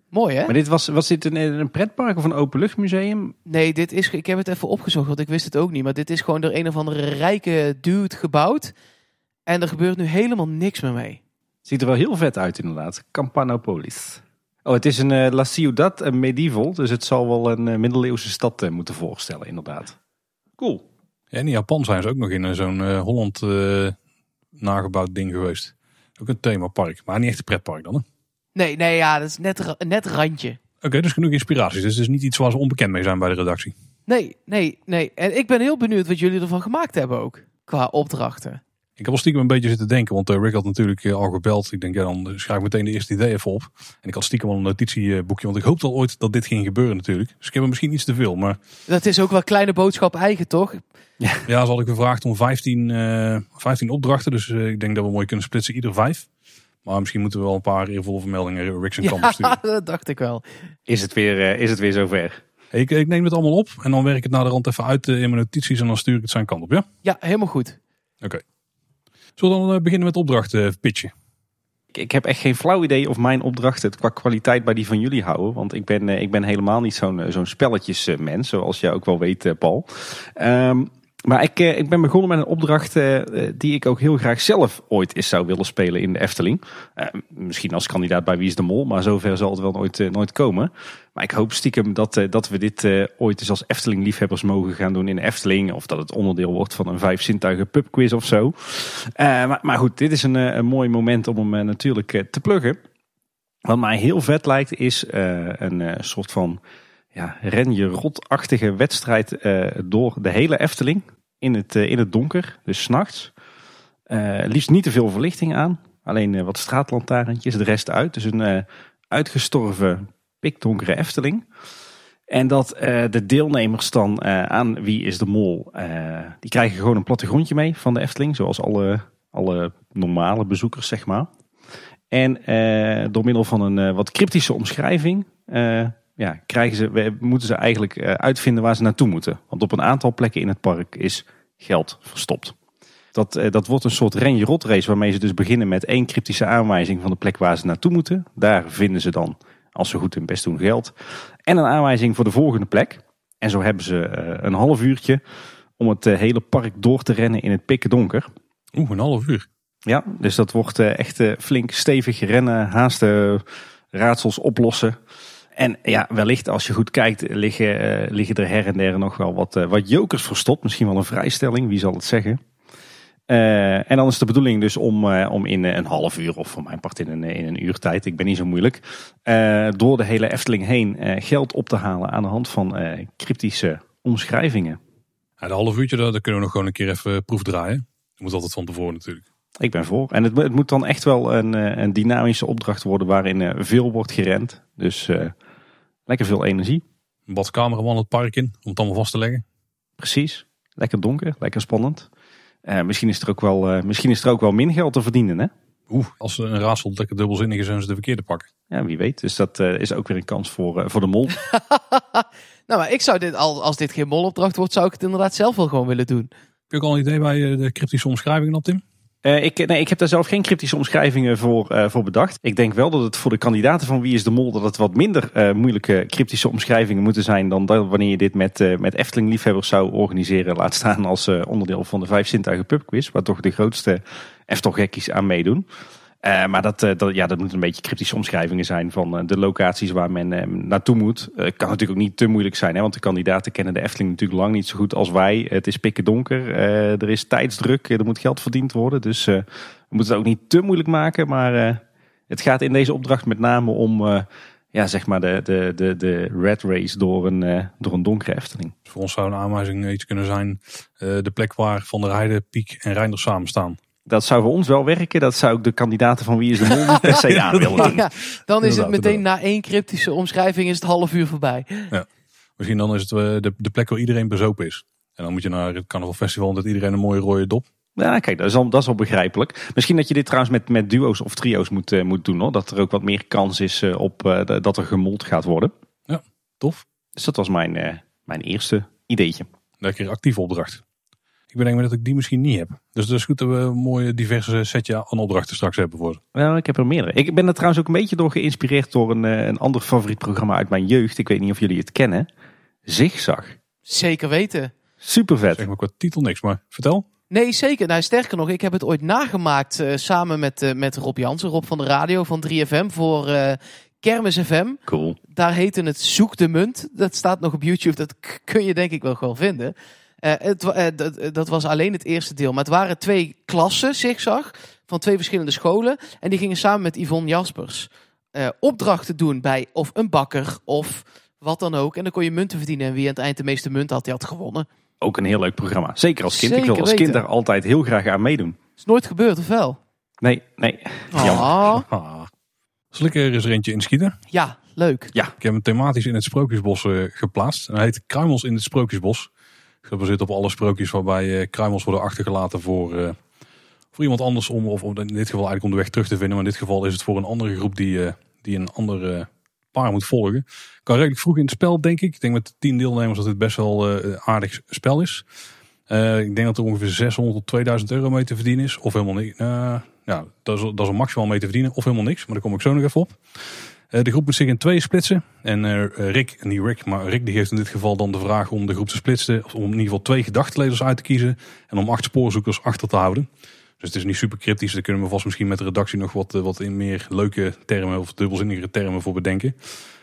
Mooi, hè? Maar dit was, was dit een, een pretpark of een openluchtmuseum? Nee, dit is, ik heb het even opgezocht, want ik wist het ook niet. Maar dit is gewoon door een of andere rijke dude gebouwd. En er gebeurt nu helemaal niks meer mee. Ziet er wel heel vet uit inderdaad. Campanopolis. Oh, het is een uh, La Ciudad, een medieval. Dus het zal wel een uh, middeleeuwse stad uh, moeten voorstellen inderdaad. Cool. Ja, in Japan zijn ze ook nog in uh, zo'n uh, Holland uh, nagebouwd ding geweest. Ook een themapark, maar niet echt een pretpark dan, hè? Nee, nee, ja, dat is net, net randje. Oké, okay, dus genoeg inspiraties. Dus het is niet iets waar ze onbekend mee zijn bij de redactie. Nee, nee, nee. En ik ben heel benieuwd wat jullie ervan gemaakt hebben ook. Qua opdrachten. Ik heb al stiekem een beetje zitten denken, want uh, Rick had natuurlijk uh, al gebeld. Ik denk, ja, dan schrijf ik meteen de eerste idee even op. En ik had stiekem al een notitieboekje, want ik hoopte al ooit dat dit ging gebeuren natuurlijk. Dus ik heb er misschien iets te veel, maar... Dat is ook wel kleine boodschap eigen, toch? Ja, ja ze had ik gevraagd om vijftien, uh, vijftien opdrachten. Dus uh, ik denk dat we mooi kunnen splitsen, ieder vijf. Maar misschien moeten we wel een paar eervolle vermeldingen Rick zijn kant op sturen. Ja, dat dacht ik wel. Is het weer, uh, is het weer zover? Ik, ik neem het allemaal op en dan werk ik het naar de rand even uit uh, in mijn notities en dan stuur ik het zijn kant op, ja? Ja, helemaal goed. Oké. Okay. Zullen we dan uh, beginnen met de opdracht uh, pitchen? Ik, ik heb echt geen flauw idee of mijn opdrachten het qua kwaliteit bij die van jullie houden. Want ik ben, uh, ik ben helemaal niet zo'n, uh, zo'n spelletjesmens, zoals jij ook wel weet, uh, Paul. Um, Maar ik, ik ben begonnen met een opdracht uh, die ik ook heel graag zelf ooit eens zou willen spelen in de Efteling. Uh, misschien als kandidaat bij Wie is de Mol, maar zover zal het wel nooit, uh, nooit komen. Maar ik hoop stiekem dat, uh, dat we dit uh, ooit eens als Efteling-liefhebbers mogen gaan doen in de Efteling. Of dat het onderdeel wordt van een vijf zintuigen pubquiz of zo. Uh, maar, maar goed, dit is een, een mooi moment om hem uh, natuurlijk uh, te pluggen. Wat mij heel vet lijkt is uh, een uh, soort van... Ja, ren-je-rot-achtige wedstrijd uh, door de hele Efteling in het, uh, in het donker, dus 's nachts. Uh, liefst niet te veel verlichting aan, alleen uh, wat straatlantaarntjes, de rest uit. Dus een uh, uitgestorven, pikdonkere Efteling. En dat uh, de deelnemers dan uh, aan Wie is de Mol, uh, die krijgen gewoon een plattegrondje mee van de Efteling, zoals alle, alle normale bezoekers, zeg maar. En uh, door middel van een uh, wat cryptische omschrijving... Uh, Ja, krijgen ze, moeten ze eigenlijk uitvinden waar ze naartoe moeten. Want op een aantal plekken in het park is geld verstopt. Dat, dat wordt een soort ren-je-rot-race waarmee ze dus beginnen met één cryptische aanwijzing van de plek waar ze naartoe moeten. Daar vinden ze dan, als ze goed hun best doen, geld. En een aanwijzing voor de volgende plek. En zo hebben ze een half uurtje om het hele park door te rennen in het pikken donker. Oeh, een half uur. Ja, dus dat wordt echt flink stevig rennen, haasten, raadsels oplossen. En ja, wellicht als je goed kijkt liggen, uh, liggen er her en der nog wel wat, uh, wat jokers verstopt. Misschien wel een vrijstelling, wie zal het zeggen. Uh, en dan is de bedoeling dus om, uh, om in uh, een half uur of voor mijn part in een, in een uur tijd, ik ben niet zo moeilijk, uh, door de hele Efteling heen uh, geld op te halen aan de hand van uh, cryptische omschrijvingen. Ja, de half uurtje, daar kunnen we nog gewoon een keer even proefdraaien. Dat moet altijd van tevoren natuurlijk. Ik ben voor. En het, het moet dan echt wel een, een dynamische opdracht worden waarin uh, veel wordt gerend. Dus uh, lekker veel energie. Een badkamerman het park in, om het allemaal vast te leggen. Precies. Lekker donker, lekker spannend. Uh, misschien, is er ook wel, uh, misschien is er ook wel min geld te verdienen, hè? Oeh, als een raadsel lekker dubbelzinnig is en ze de verkeerde pakken. Ja, wie weet. Dus dat uh, is ook weer een kans voor, uh, voor de mol. Nou, maar ik zou dit, als dit geen molopdracht wordt, zou ik het inderdaad zelf wel gewoon willen doen. Heb je ook al een idee bij de cryptische omschrijvingen op, Tim? Uh, ik, nee, ik heb daar zelf geen cryptische omschrijvingen voor, uh, voor bedacht. Ik denk wel dat het voor de kandidaten van Wie is de Mol... dat het wat minder uh, moeilijke cryptische omschrijvingen moeten zijn... dan dat wanneer je dit met, uh, met Efteling-liefhebbers zou organiseren. Laat staan als uh, onderdeel van de Vijf Zintuigen pubquiz... waar toch de grootste Eftelgekkies aan meedoen. Uh, maar dat, uh, dat, ja, dat moeten een beetje cryptische omschrijvingen zijn... van uh, de locaties waar men uh, naartoe moet. Uh, kan natuurlijk ook niet te moeilijk zijn... Hè, want de kandidaten kennen de Efteling natuurlijk lang niet zo goed als wij. Het is pikken donker, uh, er is tijdsdruk, er moet geld verdiend worden. Dus uh, we moeten het ook niet te moeilijk maken... maar uh, het gaat in deze opdracht met name om... Uh, ja, zeg maar de, de, de, de red race door een, uh, door een donkere Efteling. Dus voor ons zou een aanwijzing iets kunnen zijn... Uh, de plek waar Van der Heijden, Piek en Reinders samen staan. Dat zou voor ons wel werken. Dat zou ik de kandidaten van Wie is de Mol niet per se aan willen doen. Ja, dan is het meteen na één cryptische omschrijving is het half uur voorbij. Ja. Misschien dan is het de, de plek waar iedereen bezopen is. En dan moet je naar het carnavalfestival dat iedereen een mooie rode dop. Ja, kijk, dat is al, dat is al begrijpelijk. Misschien dat je dit trouwens met, met duo's of trio's moet, uh, moet doen. Hoor. Dat er ook wat meer kans is uh, op uh, dat er gemold gaat worden. Ja, tof. Dus dat was mijn, uh, mijn eerste ideetje. Lekker actieve opdracht. Ik bedenk me dat ik die misschien niet heb. Dus dat is goed dat we een mooie diverse setje aan opdrachten straks hebben voor ze. Wel, ik heb er meerdere. Ik ben er trouwens ook een beetje door geïnspireerd door een, een ander favoriet programma uit mijn jeugd. Ik weet niet of jullie het kennen. Zigzag. Zeker weten. Super vet. Zeg maar qua titel niks, maar vertel. Nee, zeker. Nou, sterker nog, ik heb het ooit nagemaakt uh, samen met, uh, met Rob Jansen, Rob van de radio van drie F M voor uh, Kermis F M. Cool. Daar heette het Zoek de Munt. Dat staat nog op YouTube. Dat k- kun je denk ik wel gewoon vinden. Uh, het, uh, dat, dat was alleen het eerste deel. Maar het waren twee klassen, Zigzag, van twee verschillende scholen. En die gingen samen met Yvonne Jaspers uh, opdrachten doen bij of een bakker of wat dan ook. En dan kon je munten verdienen. En wie aan het eind de meeste munten had, die had gewonnen. Ook een heel leuk programma. Zeker als kind. Zeker ik wil als weten. kind daar altijd heel graag aan meedoen. Is nooit gebeurd, of wel? Nee, nee. Ah, Ah. Zal ik er eens er eentje inschieten? ja, leuk. Ja. Ik heb hem thematisch in het Sprookjesbos uh, geplaatst. En hij heet Kruimels in het Sprookjesbos. Gebaseerd op alle sprookjes waarbij uh, kruimels worden achtergelaten voor, uh, voor iemand anders. Om, of in dit geval eigenlijk om de weg terug te vinden. Maar in dit geval is het voor een andere groep die, uh, die een ander uh, paar moet volgen. Kan redelijk vroeg in het spel, denk ik. Ik denk met tien deelnemers dat dit best wel uh, aardig spel is. Uh, ik denk dat er ongeveer zeshonderd tot tweeduizend euro mee te verdienen is. Of helemaal niet. Uh, ja, dat is, dat is er maximaal mee te verdienen. Of helemaal niks. Maar daar kom ik zo nog even op. Uh, de groep moet zich in tweeën splitsen. En uh, Rick, niet Rick, maar Rick die heeft in dit geval dan de vraag om de groep te splitsen. Of om in ieder geval twee gedachtenlezers uit te kiezen. En om acht spoorzoekers achter te houden. Dus het is niet super cryptisch. Daar kunnen we vast misschien met de redactie nog wat, wat in meer leuke termen of dubbelzinnige termen voor bedenken.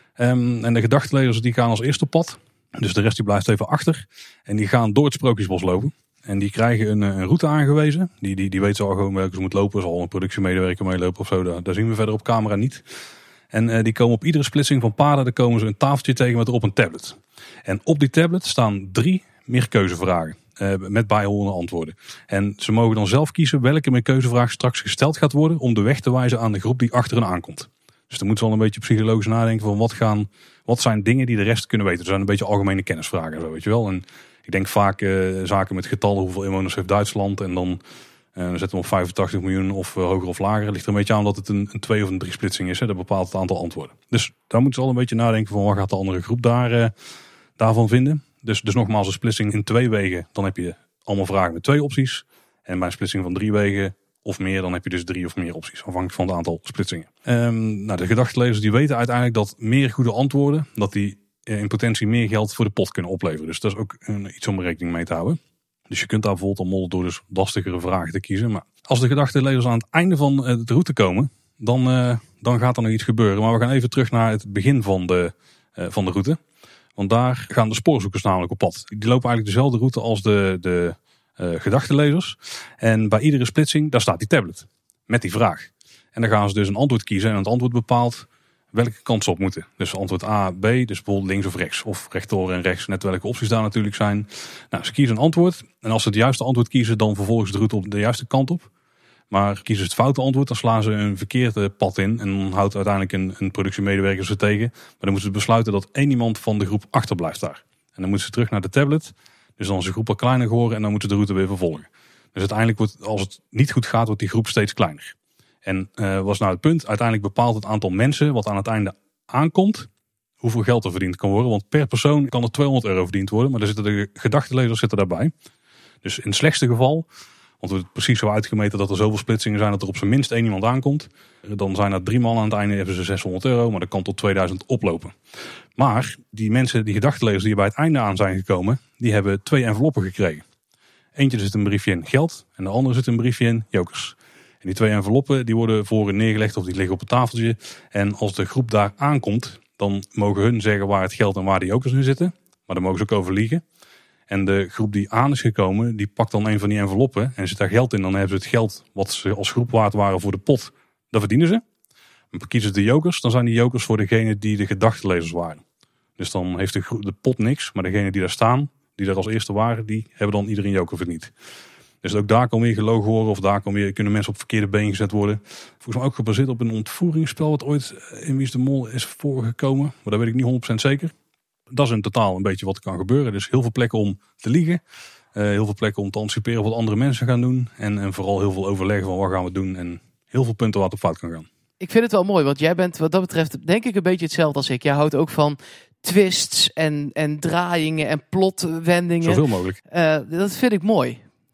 Um, en de gedachtenlezers die gaan als eerste op pad. Dus de rest die blijft even achter. En die gaan door het Sprookjesbos lopen. En die krijgen een, een route aangewezen. Die, die, die weten ze al gewoon welke ze moet lopen. Zal een productiemedewerker meelopen of zo. Daar, daar zien we verder op camera niet. En uh, die komen op iedere splitsing van paden. Daar komen ze een tafeltje tegen met erop een tablet. En op die tablet staan drie meerkeuzevragen. Uh, met bijhorende antwoorden. En ze mogen dan zelf kiezen welke meerkeuzevraag straks gesteld gaat worden. Om de weg te wijzen aan de groep die achter hen aankomt. Dus dan moeten ze wel een beetje psychologisch nadenken van wat gaan... Wat zijn dingen die de rest kunnen weten? Er zijn een beetje algemene kennisvragen, zo weet je wel. En ik denk vaak uh, zaken met getallen, hoeveel inwoners heeft Duitsland? En dan uh, zetten we op vijfentachtig miljoen of uh, hoger of lager. Het ligt er een beetje aan dat het een, een twee of een drie splitsing is. Hè. Dat bepaalt het aantal antwoorden. Dus daar moeten ze al een beetje nadenken van wat gaat de andere groep daar, uh, daarvan vinden. Dus, dus nogmaals, een splitsing in twee wegen. Dan heb je allemaal vragen met twee opties. En bij een splitsing van drie wegen of meer, dan heb je dus drie of meer opties. Afhankelijk van het aantal splitsingen. Um, nou, de gedachtenlezers die weten uiteindelijk dat meer goede antwoorden, dat die in potentie meer geld voor de pot kunnen opleveren. Dus dat is ook een, iets om rekening mee te houden. Dus je kunt daar bijvoorbeeld al mollen door dus lastigere vragen te kiezen. Maar als de gedachtenlezers aan het einde van de route komen, dan, uh, dan gaat er nog iets gebeuren. Maar we gaan even terug naar het begin van de, uh, van de route. Want daar gaan de spoorzoekers namelijk op pad. Die lopen eigenlijk dezelfde route als de... de Uh, gedachtenlezers. En bij iedere splitsing, daar staat die tablet. Met die vraag. En dan gaan ze dus een antwoord kiezen. En het antwoord bepaalt welke kant ze op moeten. Dus antwoord A, B, dus bijvoorbeeld links of rechts. Of rechtdoor en rechts, net welke opties daar natuurlijk zijn. Nou, ze kiezen een antwoord. En als ze het juiste antwoord kiezen, dan vervolgen ze de route op de juiste kant op. Maar kiezen ze het foute antwoord, dan slaan ze een verkeerde pad in. En dan houdt uiteindelijk een, een productiemedewerker ze tegen. Maar dan moeten ze besluiten dat één iemand van de groep achterblijft daar. En dan moeten ze terug naar de tablet. Dus dan is de groep al kleiner geworden en dan moeten ze de route weer vervolgen. Dus uiteindelijk wordt, als het niet goed gaat, wordt die groep steeds kleiner. En uh, wat is nou het punt? Uiteindelijk bepaalt het aantal mensen wat aan het einde aankomt, hoeveel geld er verdiend kan worden. Want per persoon kan er tweehonderd euro verdiend worden, maar er zitten de gedachtenlezers zitten daarbij. Dus in het slechtste geval, want we hebben het precies zo uitgemeten dat er zoveel splitsingen zijn dat er op zijn minst één iemand aankomt. Dan zijn er drie man aan het einde, hebben ze zeshonderd euro, maar dat kan tot tweeduizend oplopen. Maar die mensen, die gedachtenlezers die er bij het einde aan zijn gekomen, die hebben twee enveloppen gekregen. Eentje zit een briefje in geld en de andere zit een briefje in jokers. En die twee enveloppen die worden voor neergelegd of die liggen op het tafeltje. En als de groep daar aankomt, dan mogen hun zeggen waar het geld en waar die jokers nu zitten. Maar dan mogen ze ook over liegen. En de groep die aan is gekomen, die pakt dan een van die enveloppen en zit daar geld in. Dan hebben ze het geld wat ze als groep waard waren voor de pot, dat verdienen ze. En kiezen ze de jokers, dan zijn die jokers voor degene die de gedachtenlezers waren. Dus dan heeft de, groep, de pot niks, maar degene die daar staan, die daar als eerste waren, die hebben dan iedereen joker verdiend. Dus ook daar kan weer gelogen worden of daar kan weer, kunnen mensen op verkeerde been gezet worden. Volgens mij ook gebaseerd op een ontvoeringsspel wat ooit in Wie is de Mol is voorgekomen. Maar dat weet ik niet honderd procent zeker. Dat is in totaal een beetje wat er kan gebeuren. Dus heel veel plekken om te liegen. Uh, heel veel plekken om te anticiperen wat andere mensen gaan doen. En, en vooral heel veel overleggen van wat gaan we doen. En heel veel punten waar het op fout kan gaan. Ik vind het wel mooi, want jij bent wat dat betreft denk ik een beetje hetzelfde als ik. Jij houdt ook van twists en, en draaiingen en plotwendingen. Zoveel mogelijk. Uh, dat vind ik mooi.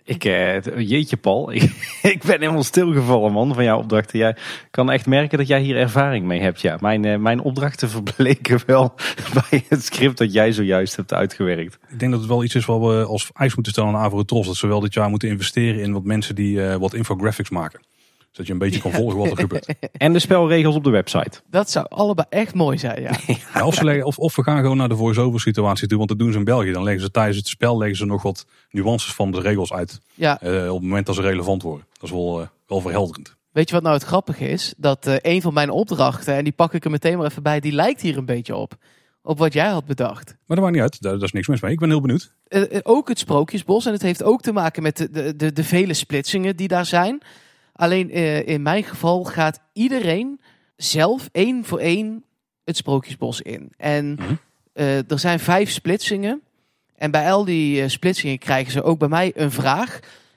Ik, uh, jeetje Paul, ik, ik ben helemaal stilgevallen man van jouw opdrachten. Jij kan echt merken dat jij hier ervaring mee hebt. Ja, mijn, uh, mijn opdrachten verbleken wel bij het script dat jij zojuist hebt uitgewerkt. Ik denk dat het wel iets is wat we als eis moeten stellen aan Avrotros. Dat ze wel dit jaar moeten investeren in wat mensen die uh, wat infographics maken. Zodat je een beetje kan volgen wat er gebeurt. En de spelregels op de website. Dat zou allebei echt mooi zijn, ja. Ja, of, ze leggen, of, of we gaan gewoon naar de voice-over situatie toe. Want dat doen ze in België. Dan leggen ze tijdens het spel leggen ze nog wat nuances van de regels uit. Ja. Uh, op het moment dat ze relevant worden. Dat is wel, uh, wel verhelderend. Weet je wat nou het grappige is? Dat uh, een van mijn opdrachten, en die pak ik er meteen maar even bij, die lijkt hier een beetje op. Op wat jij had bedacht. Maar dat maakt niet uit. Daar, daar is niks mis mee. Ik ben heel benieuwd. Uh, uh, ook het Sprookjesbos. En het heeft ook te maken met de, de, de, de vele splitsingen die daar zijn. Alleen uh, in mijn geval gaat iedereen zelf één voor één het Sprookjesbos in. En mm-hmm. uh, er zijn vijf splitsingen. En bij al die uh, splitsingen krijgen ze ook bij mij een vraag.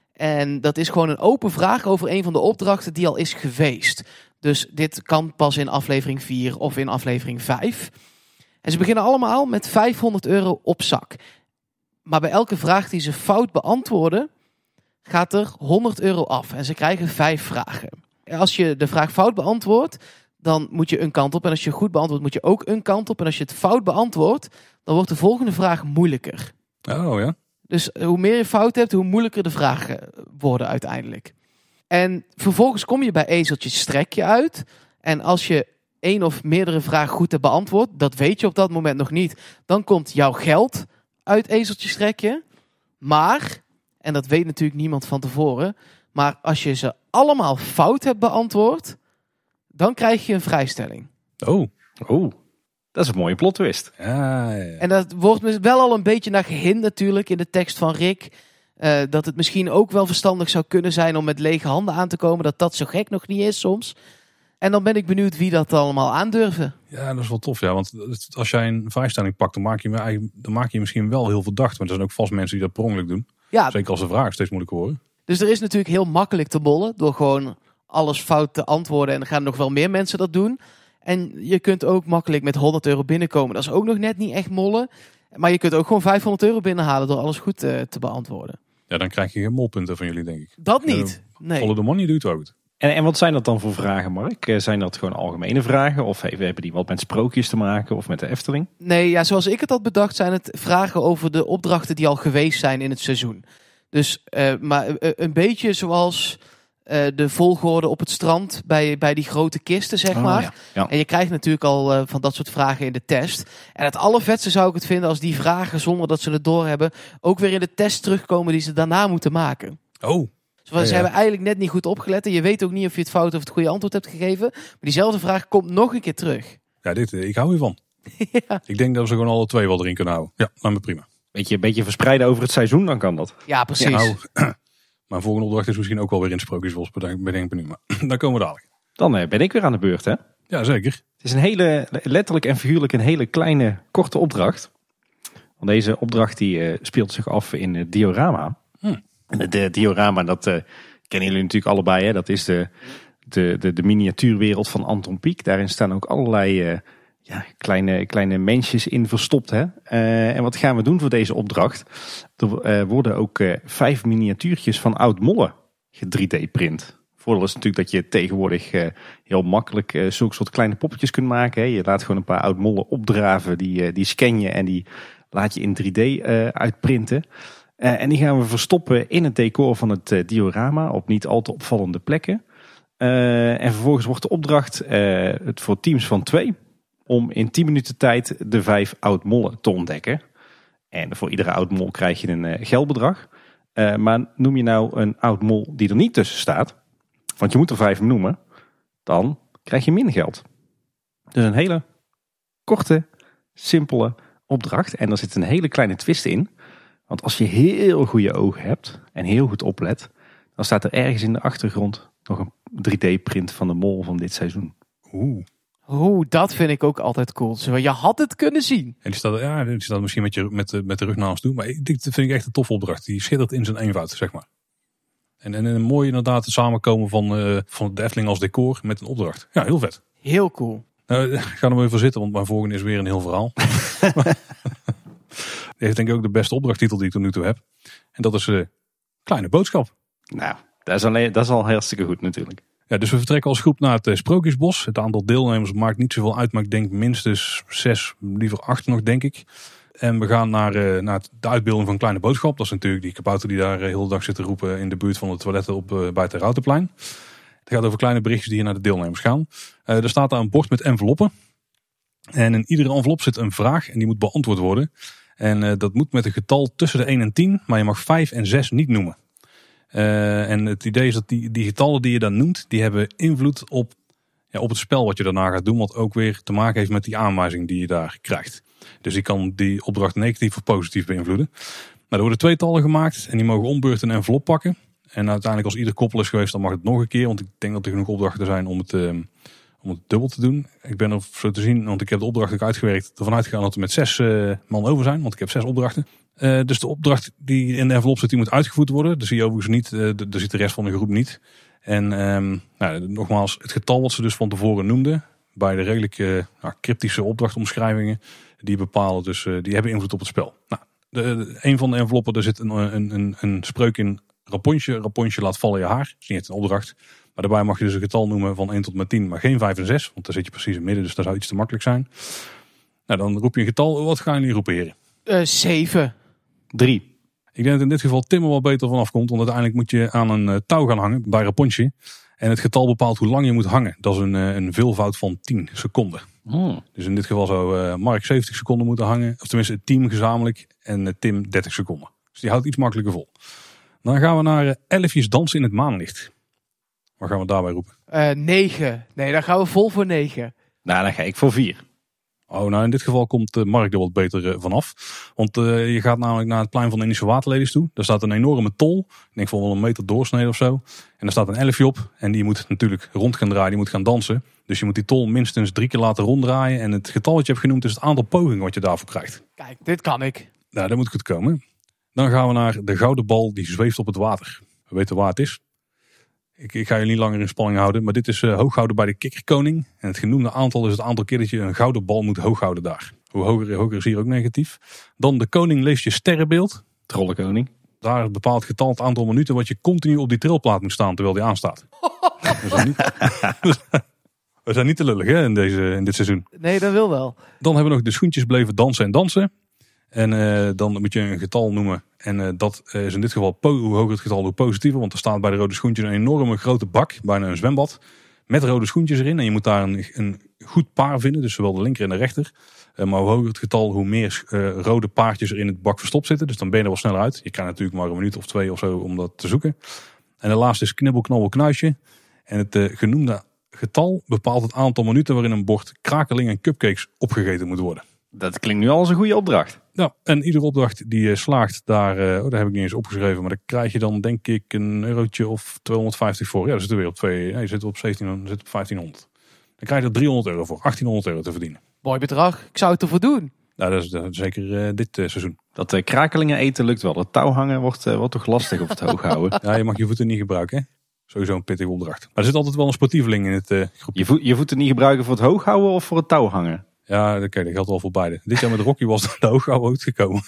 En dat is gewoon een open vraag over een van de opdrachten die al is geweest. Dus dit kan pas in aflevering vier of in aflevering vijf. En ze beginnen allemaal met vijfhonderd euro op zak. Maar bij elke vraag die ze fout beantwoorden, gaat er honderd euro af. En ze krijgen vijf vragen. Als je de vraag fout beantwoordt, dan moet je een kant op. En als je goed beantwoordt, moet je ook een kant op. En als je het fout beantwoordt, dan wordt de volgende vraag moeilijker. Oh ja. Dus hoe meer je fout hebt, hoe moeilijker de vragen worden uiteindelijk. En vervolgens kom je bij ezeltje strekje uit. En als je één of meerdere vragen goed hebt beantwoord, dat weet je op dat moment nog niet, dan komt jouw geld uit ezeltje strekje. Maar, en dat weet natuurlijk niemand van tevoren, maar als je ze allemaal fout hebt beantwoord, dan krijg je een vrijstelling. Oh, oh. Dat is een mooie plot twist. Ja, ja, ja. En dat wordt wel al een beetje naar gehind natuurlijk in de tekst van Rick. Uh, dat het misschien ook wel verstandig zou kunnen zijn om met lege handen aan te komen. Dat dat zo gek nog niet is soms. En dan ben ik benieuwd wie dat allemaal aandurven. Ja, dat is wel tof. Ja, want als jij een vrijstelling pakt, dan maak je, eigenlijk, dan maak je misschien wel heel verdacht. Maar er zijn ook vast mensen die dat per ongeluk doen. Ja. Zeker als de vragen steeds moeilijker worden. Dus er is natuurlijk heel makkelijk te bollen door gewoon alles fout te antwoorden. En dan gaan nog wel meer mensen dat doen. En je kunt ook makkelijk met honderd euro binnenkomen. Dat is ook nog net niet echt mollen. Maar je kunt ook gewoon vijfhonderd euro binnenhalen door alles goed uh, te beantwoorden. Ja, dan krijg je geen molpunten van jullie, denk ik. Dat niet. Uh, nee. Follow the money doet wel goed. En, en wat zijn dat dan voor vragen, Mark? Zijn dat gewoon algemene vragen? Of hebben die wat met sprookjes te maken of met de Efteling? Nee, ja, zoals ik het had bedacht zijn het vragen over de opdrachten die al geweest zijn in het seizoen. Dus uh, maar uh, een beetje zoals uh, de volgorde op het strand bij, bij die grote kisten, zeg maar. Oh, ja. Ja. En je krijgt natuurlijk al uh, van dat soort vragen in de test. En het allervetste zou ik het vinden als die vragen, zonder dat ze het doorhebben, ook weer in de test terugkomen die ze daarna moeten maken. Oh. Ze ja, ja. hebben eigenlijk net niet goed opgelet. En je weet ook niet of je het fout of het goede antwoord hebt gegeven. Maar diezelfde vraag komt nog een keer terug. Ja, dit, ik hou hiervan. Ja. Ik denk dat ze gewoon alle twee wel erin kunnen houden. Ja, laat me prima. Beetje, een beetje verspreiden over het seizoen, dan kan dat. Ja, precies. Ja, nou, mijn volgende opdracht is misschien ook wel weer in Sprookjesbos. Bedenk me nu, maar dan komen we dadelijk. Dan uh, ben ik weer aan de beurt, hè? Ja, zeker. Het is een hele, letterlijk en figuurlijk een hele kleine, korte opdracht. Want deze opdracht die uh, speelt zich af in het diorama. Hm. En de diorama, dat uh, kennen jullie natuurlijk allebei. Hè? Dat is de, de, de, de miniatuurwereld van Anton Pieck. Daarin staan ook allerlei uh, ja, kleine, kleine mensjes in verstopt. Hè? Uh, en wat gaan we doen voor deze opdracht? Er uh, worden ook uh, vijf miniatuurtjes van oud mollen ge-drie D-print. Voordeel is natuurlijk dat je tegenwoordig uh, heel makkelijk uh, zulke soort kleine poppetjes kunt maken. Hè? Je laat gewoon een paar oud mollen opdraven. Die, uh, die scan je en die laat je in drie D uh, uitprinten. Uh, en die gaan we verstoppen in het decor van het uh, diorama op niet al te opvallende plekken. Uh, en vervolgens wordt de opdracht uh, het voor teams van twee om in tien minuten tijd de vijf oud-mollen te ontdekken. En voor iedere oud-mol krijg je een uh, geldbedrag. Uh, maar noem je nou een oud-mol die er niet tussen staat, want je moet er vijf noemen, dan krijg je minder geld. Dus een hele korte, simpele opdracht. En er zit een hele kleine twist in. Want als je heel goede ogen hebt en heel goed oplet, dan staat er ergens in de achtergrond nog een drie D-print van de mol van dit seizoen. Oeh. Oeh, dat vind ik ook altijd cool. Zo, je had het kunnen zien. En die staat, ja, die staat misschien met, je, met, de, met de rug naar ons toe. Maar ik, dit vind ik echt een toffe opdracht. Die schittert in zijn eenvoud, zeg maar. En, en een mooi inderdaad het samenkomen van, uh, van de Efteling als decor met een opdracht. Ja, heel vet. Heel cool. Nou, ik ga er maar even zitten, want mijn volgende is weer een heel verhaal. Die heeft denk ik ook de beste opdrachttitel die ik tot nu toe heb. En dat is uh, Kleine Boodschap. Nou, dat is, alleen, dat is al hartstikke goed natuurlijk. Ja, dus we vertrekken als groep naar het uh, Sprookjesbos. Het aantal deelnemers maakt niet zoveel uit, maar ik denk minstens zes, liever acht nog, denk ik. En we gaan naar, uh, naar de uitbeelding van Kleine Boodschap. Dat is natuurlijk die kabouter die daar uh, heel de dag zit te roepen in de buurt van de toiletten op, uh, bij het Routenplein. Het gaat over kleine berichtjes die hier naar de deelnemers gaan. Uh, er staat daar een bord met enveloppen. En in iedere envelop zit een vraag en die moet beantwoord worden. En uh, dat moet met een getal tussen de één en tien, maar je mag vijf en zes niet noemen. Uh, en het idee is dat die, die getallen die je dan noemt, die hebben invloed op, ja, op het spel wat je daarna gaat doen. Wat ook weer te maken heeft met die aanwijzing die je daar krijgt. Dus die kan die opdracht negatief of positief beïnvloeden. Nou, er worden tweetallen gemaakt en die mogen om beurt een envelop pakken. En uiteindelijk als ieder koppel is geweest, dan mag het nog een keer. Want ik denk dat er genoeg opdrachten zijn om het, uh, om het dubbel te doen. Ik ben er zo te zien, want ik heb de opdracht ook uitgewerkt, ervan uitgegaan dat er met zes uh, man over zijn. Want ik heb zes opdrachten. Uh, dus de opdracht die in de envelop zit, die moet uitgevoerd worden. Dat zie je overigens niet. Uh, daar zit de rest van de groep niet. En um, nou, nogmaals, het getal wat ze dus van tevoren noemden, bij de redelijk uh, nou, cryptische opdrachtomschrijvingen, die bepalen dus, uh, die hebben invloed op het spel. Nou, de, de, een van de enveloppen, daar zit een, een, een, een spreuk in. Rapontje, Rapontje laat vallen je haar. Dat is niet echt een opdracht. Maar daarbij mag je dus een getal noemen van één tot en met tien, maar geen vijf en zes. Want daar zit je precies in het midden, dus dat zou iets te makkelijk zijn. Nou, dan roep je een getal. Wat gaan jullie roepen, heren? Uh, zeven. Drie. Ik denk dat in dit geval Tim er wel beter vanaf komt. Want uiteindelijk moet je aan een uh, touw gaan hangen bij Rapontje. En het getal bepaalt hoe lang je moet hangen. Dat is een, uh, een veelvoud van tien seconden. Hmm. Dus in dit geval zou uh, Mark zeventig seconden moeten hangen. Of tenminste het team gezamenlijk. En uh, Tim dertig seconden. Dus die houdt iets makkelijker vol. Dan gaan we naar uh, Elfjes dansen in het maanlicht. Wat gaan we daarbij roepen? Uh, negen. Nee, dan gaan we vol voor negen. Nou, dan ga ik voor vier. Oh, nou in dit geval komt uh, Mark er wat beter uh, vanaf. Want uh, je gaat namelijk naar het plein van de Indische waterlelies toe. Daar staat een enorme tol. Ik denk van wel een meter doorsnede of zo. En daar staat een elfje op. En die moet natuurlijk rond gaan draaien. Die moet gaan dansen. Dus je moet die tol minstens drie keer laten ronddraaien. En het getal wat je hebt genoemd is het aantal pogingen wat je daarvoor krijgt. Kijk, dit kan ik. Nou, dat moet goed komen. Dan gaan we naar de gouden bal die zweeft op het water. We weten waar het is. Ik, ik ga je niet langer in spanning houden. Maar dit is uh, hooghouden bij de kikkerkoning. En het genoemde aantal is het aantal keer dat je een gouden bal moet hooghouden daar. Hoe hoger, hoger is hier ook negatief. Dan de koning leest je sterrenbeeld. Trollenkoning. Daar is een bepaald getal, het aantal minuten wat je continu op die trilplaat moet staan terwijl die aanstaat. We zijn niet, we zijn niet te lullig hè, in, deze, in dit seizoen. Nee, dat wil wel. Dan hebben we nog de schoentjes bleven dansen en dansen. En uh, dan moet je een getal noemen. En uh, dat is in dit geval, po- hoe hoger het getal, hoe positiever. Want er staat bij de rode schoentjes een enorme grote bak, bijna een zwembad. Met rode schoentjes erin. En je moet daar een, een goed paar vinden, dus zowel de linker en de rechter. Uh, maar hoe hoger het getal, hoe meer uh, rode paardjes er in het bak verstopt zitten. Dus dan ben je er wel sneller uit. Je krijgt natuurlijk maar een minuut of twee of zo om dat te zoeken. En de laatste is knibbel, knabbel, knuisje. En het uh, genoemde getal bepaalt het aantal minuten waarin een bord krakeling en cupcakes opgegeten moet worden. Dat klinkt nu al als een goede opdracht. Ja, en iedere opdracht die uh, slaagt, daar, uh, oh, daar heb ik niet eens opgeschreven, maar daar krijg je dan denk ik een eurotje of tweehonderdvijftig voor. Ja, dan zitten we weer op twee, nee, je zit op zeventienhonderd, zit op vijftienhonderd. Dan krijg je er driehonderd euro voor, achttienhonderd euro te verdienen. Mooi bedrag. Ik zou het ervoor doen. Nou, dat is, dat is zeker uh, dit uh, seizoen. Dat uh, krakelingen eten lukt wel. Dat touw hangen wordt, uh, wordt toch lastig op het hoog houden. Ja, je mag je voeten niet gebruiken, hè? Sowieso een pittige opdracht. Maar er zit altijd wel een sportieveling in het uh, groepje. Je, vo- je voeten niet gebruiken voor het hoog houden of voor het touw hangen? Ja, oké, dat geldt wel voor beide. Dit jaar met Rocky was de hooghouden ook gekomen.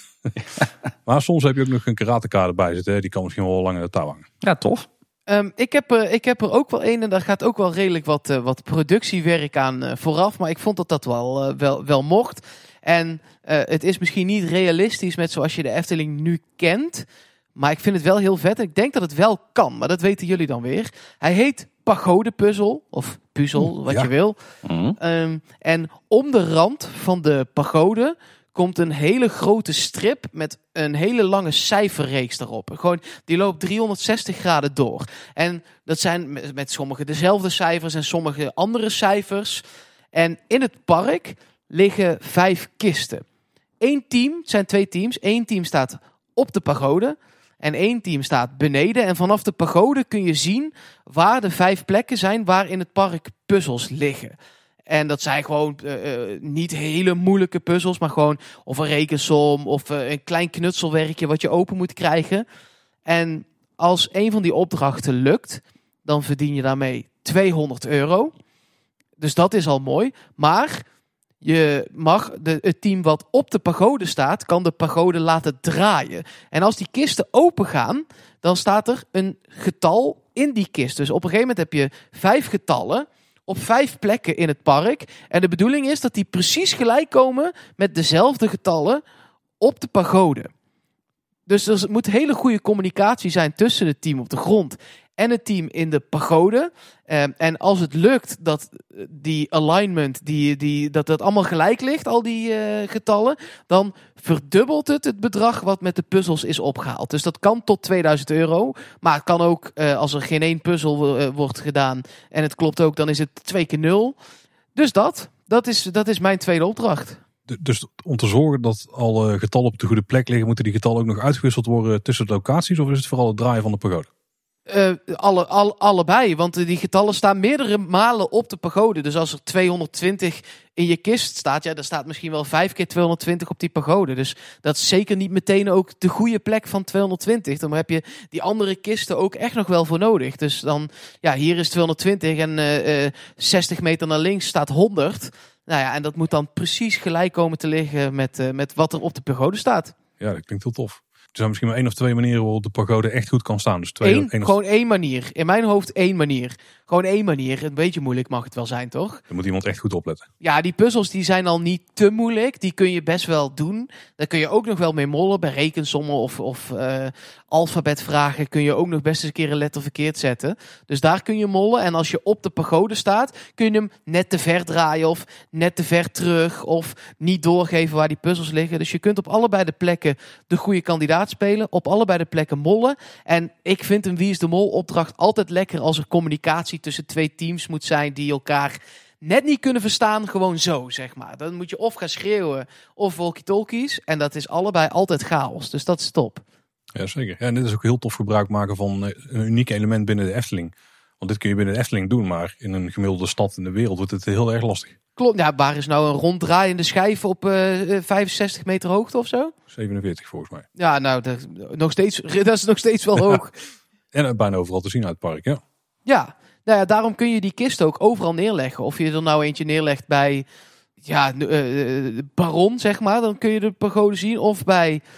Maar soms heb je ook nog een karatekader bij zitten. Hè? Die kan misschien wel langer in het touw hangen. Ja, tof. Um, ik, heb, uh, ik heb er ook wel een en daar gaat ook wel redelijk wat, uh, wat productiewerk aan uh, vooraf. Maar ik vond dat dat wel, uh, wel, wel mocht. En uh, het is misschien niet realistisch met zoals je de Efteling nu kent. Maar ik vind het wel heel vet. Ik denk dat het wel kan, maar dat weten jullie dan weer. Hij heet Pagode Puzzel, of puzzel, wat ja. je wil. Mm. Um, en om de rand van de pagode komt een hele grote strip met een hele lange cijferreeks erop. Gewoon, die loopt driehonderdzestig graden door. En dat zijn met, met sommige dezelfde cijfers en sommige andere cijfers. En in het park liggen vijf kisten. Eén team, het zijn twee teams. Eén team staat op de pagode en één team staat beneden. En vanaf de pagode kun je zien waar de vijf plekken zijn waar in het park puzzels liggen. En dat zijn gewoon uh, uh, niet hele moeilijke puzzels, maar gewoon of een rekensom of uh, een klein knutselwerkje wat je open moet krijgen. En als een van die opdrachten lukt, dan verdien je daarmee tweehonderd euro. Dus dat is al mooi. Maar Je mag de, het team wat op de pagode staat, kan de pagode laten draaien. En als die kisten open gaan, dan staat er een getal in die kist. Dus op een gegeven moment heb je vijf getallen op vijf plekken in het park. En de bedoeling is dat die precies gelijk komen met dezelfde getallen op de pagode. Dus er moet hele goede communicatie zijn tussen het team op de grond en het team in de pagode. Um, en als het lukt dat die alignment, die, die, dat dat allemaal gelijk ligt, al die uh, getallen, dan verdubbelt het het bedrag wat met de puzzels is opgehaald. Dus dat kan tot tweeduizend euro. Maar het kan ook, uh, als er geen één puzzel uh, wordt gedaan en het klopt ook, dan is het twee keer nul. Dus dat, dat is, dat is mijn tweede opdracht. Dus om te zorgen dat alle getallen op de goede plek liggen, moeten die getallen ook nog uitgewisseld worden tussen de locaties? Of is het vooral het draaien van de pagode? Uh, alle, alle, allebei, want die getallen staan meerdere malen op de pagode. Dus als er tweehonderdtwintig in je kist staat, ja, dan staat misschien wel vijf keer tweehonderdtwintig op die pagode. Dus dat is zeker niet meteen ook de goede plek van tweehonderdtwintig. Dan heb je die andere kisten ook echt nog wel voor nodig. Dus dan, ja, hier is tweehonderdtwintig en uh, uh, zestig meter naar links staat honderd. Nou ja, en dat moet dan precies gelijk komen te liggen met, uh, met wat er op de pagode staat. Ja, dat klinkt heel tof. Er zijn misschien maar één of twee manieren waarop de pagode echt goed kan staan. Dus twee, Eén, één of... Gewoon één manier. In mijn hoofd één manier. Gewoon één manier. Een beetje moeilijk mag het wel zijn, toch? Dan moet iemand echt goed opletten. Ja, die puzzels die zijn al niet te moeilijk. Die kun je best wel doen. Daar kun je ook nog wel mee mollen. Bij rekensommen of, of uh, alfabetvragen kun je ook nog best eens een keer een letter verkeerd zetten. Dus daar kun je mollen. En als je op de pagode staat, kun je hem net te ver draaien of net te ver terug. Of niet doorgeven waar die puzzels liggen. Dus je kunt op allebei de plekken de goede kandidaat spelen. Op allebei de plekken mollen. En ik vind een Wie is de Mol opdracht altijd lekker als er communicatie tussen twee teams moet zijn die elkaar net niet kunnen verstaan. Gewoon zo, zeg maar. Dan moet je of gaan schreeuwen of walkie-talkies. En dat is allebei altijd chaos. Dus dat is top. Ja, zeker. Ja, en dit is ook heel tof gebruik maken van een uniek element binnen de Efteling. Want dit kun je binnen de Efteling doen, maar in een gemiddelde stad in de wereld wordt het heel erg lastig. Klopt, ja, waar is nou een ronddraaiende schijf op uh, vijfenzestig meter hoogte of zo? zevenenveertig volgens mij. Ja, nou, dat, nog steeds, dat is nog steeds wel hoog. En bijna overal te zien uit het park, ja. Ja, nou ja, daarom kun je die kist ook overal neerleggen. Of je er nou eentje neerlegt bij ja, uh, Baron, zeg maar, dan kun je de pagode zien. Of bij uh,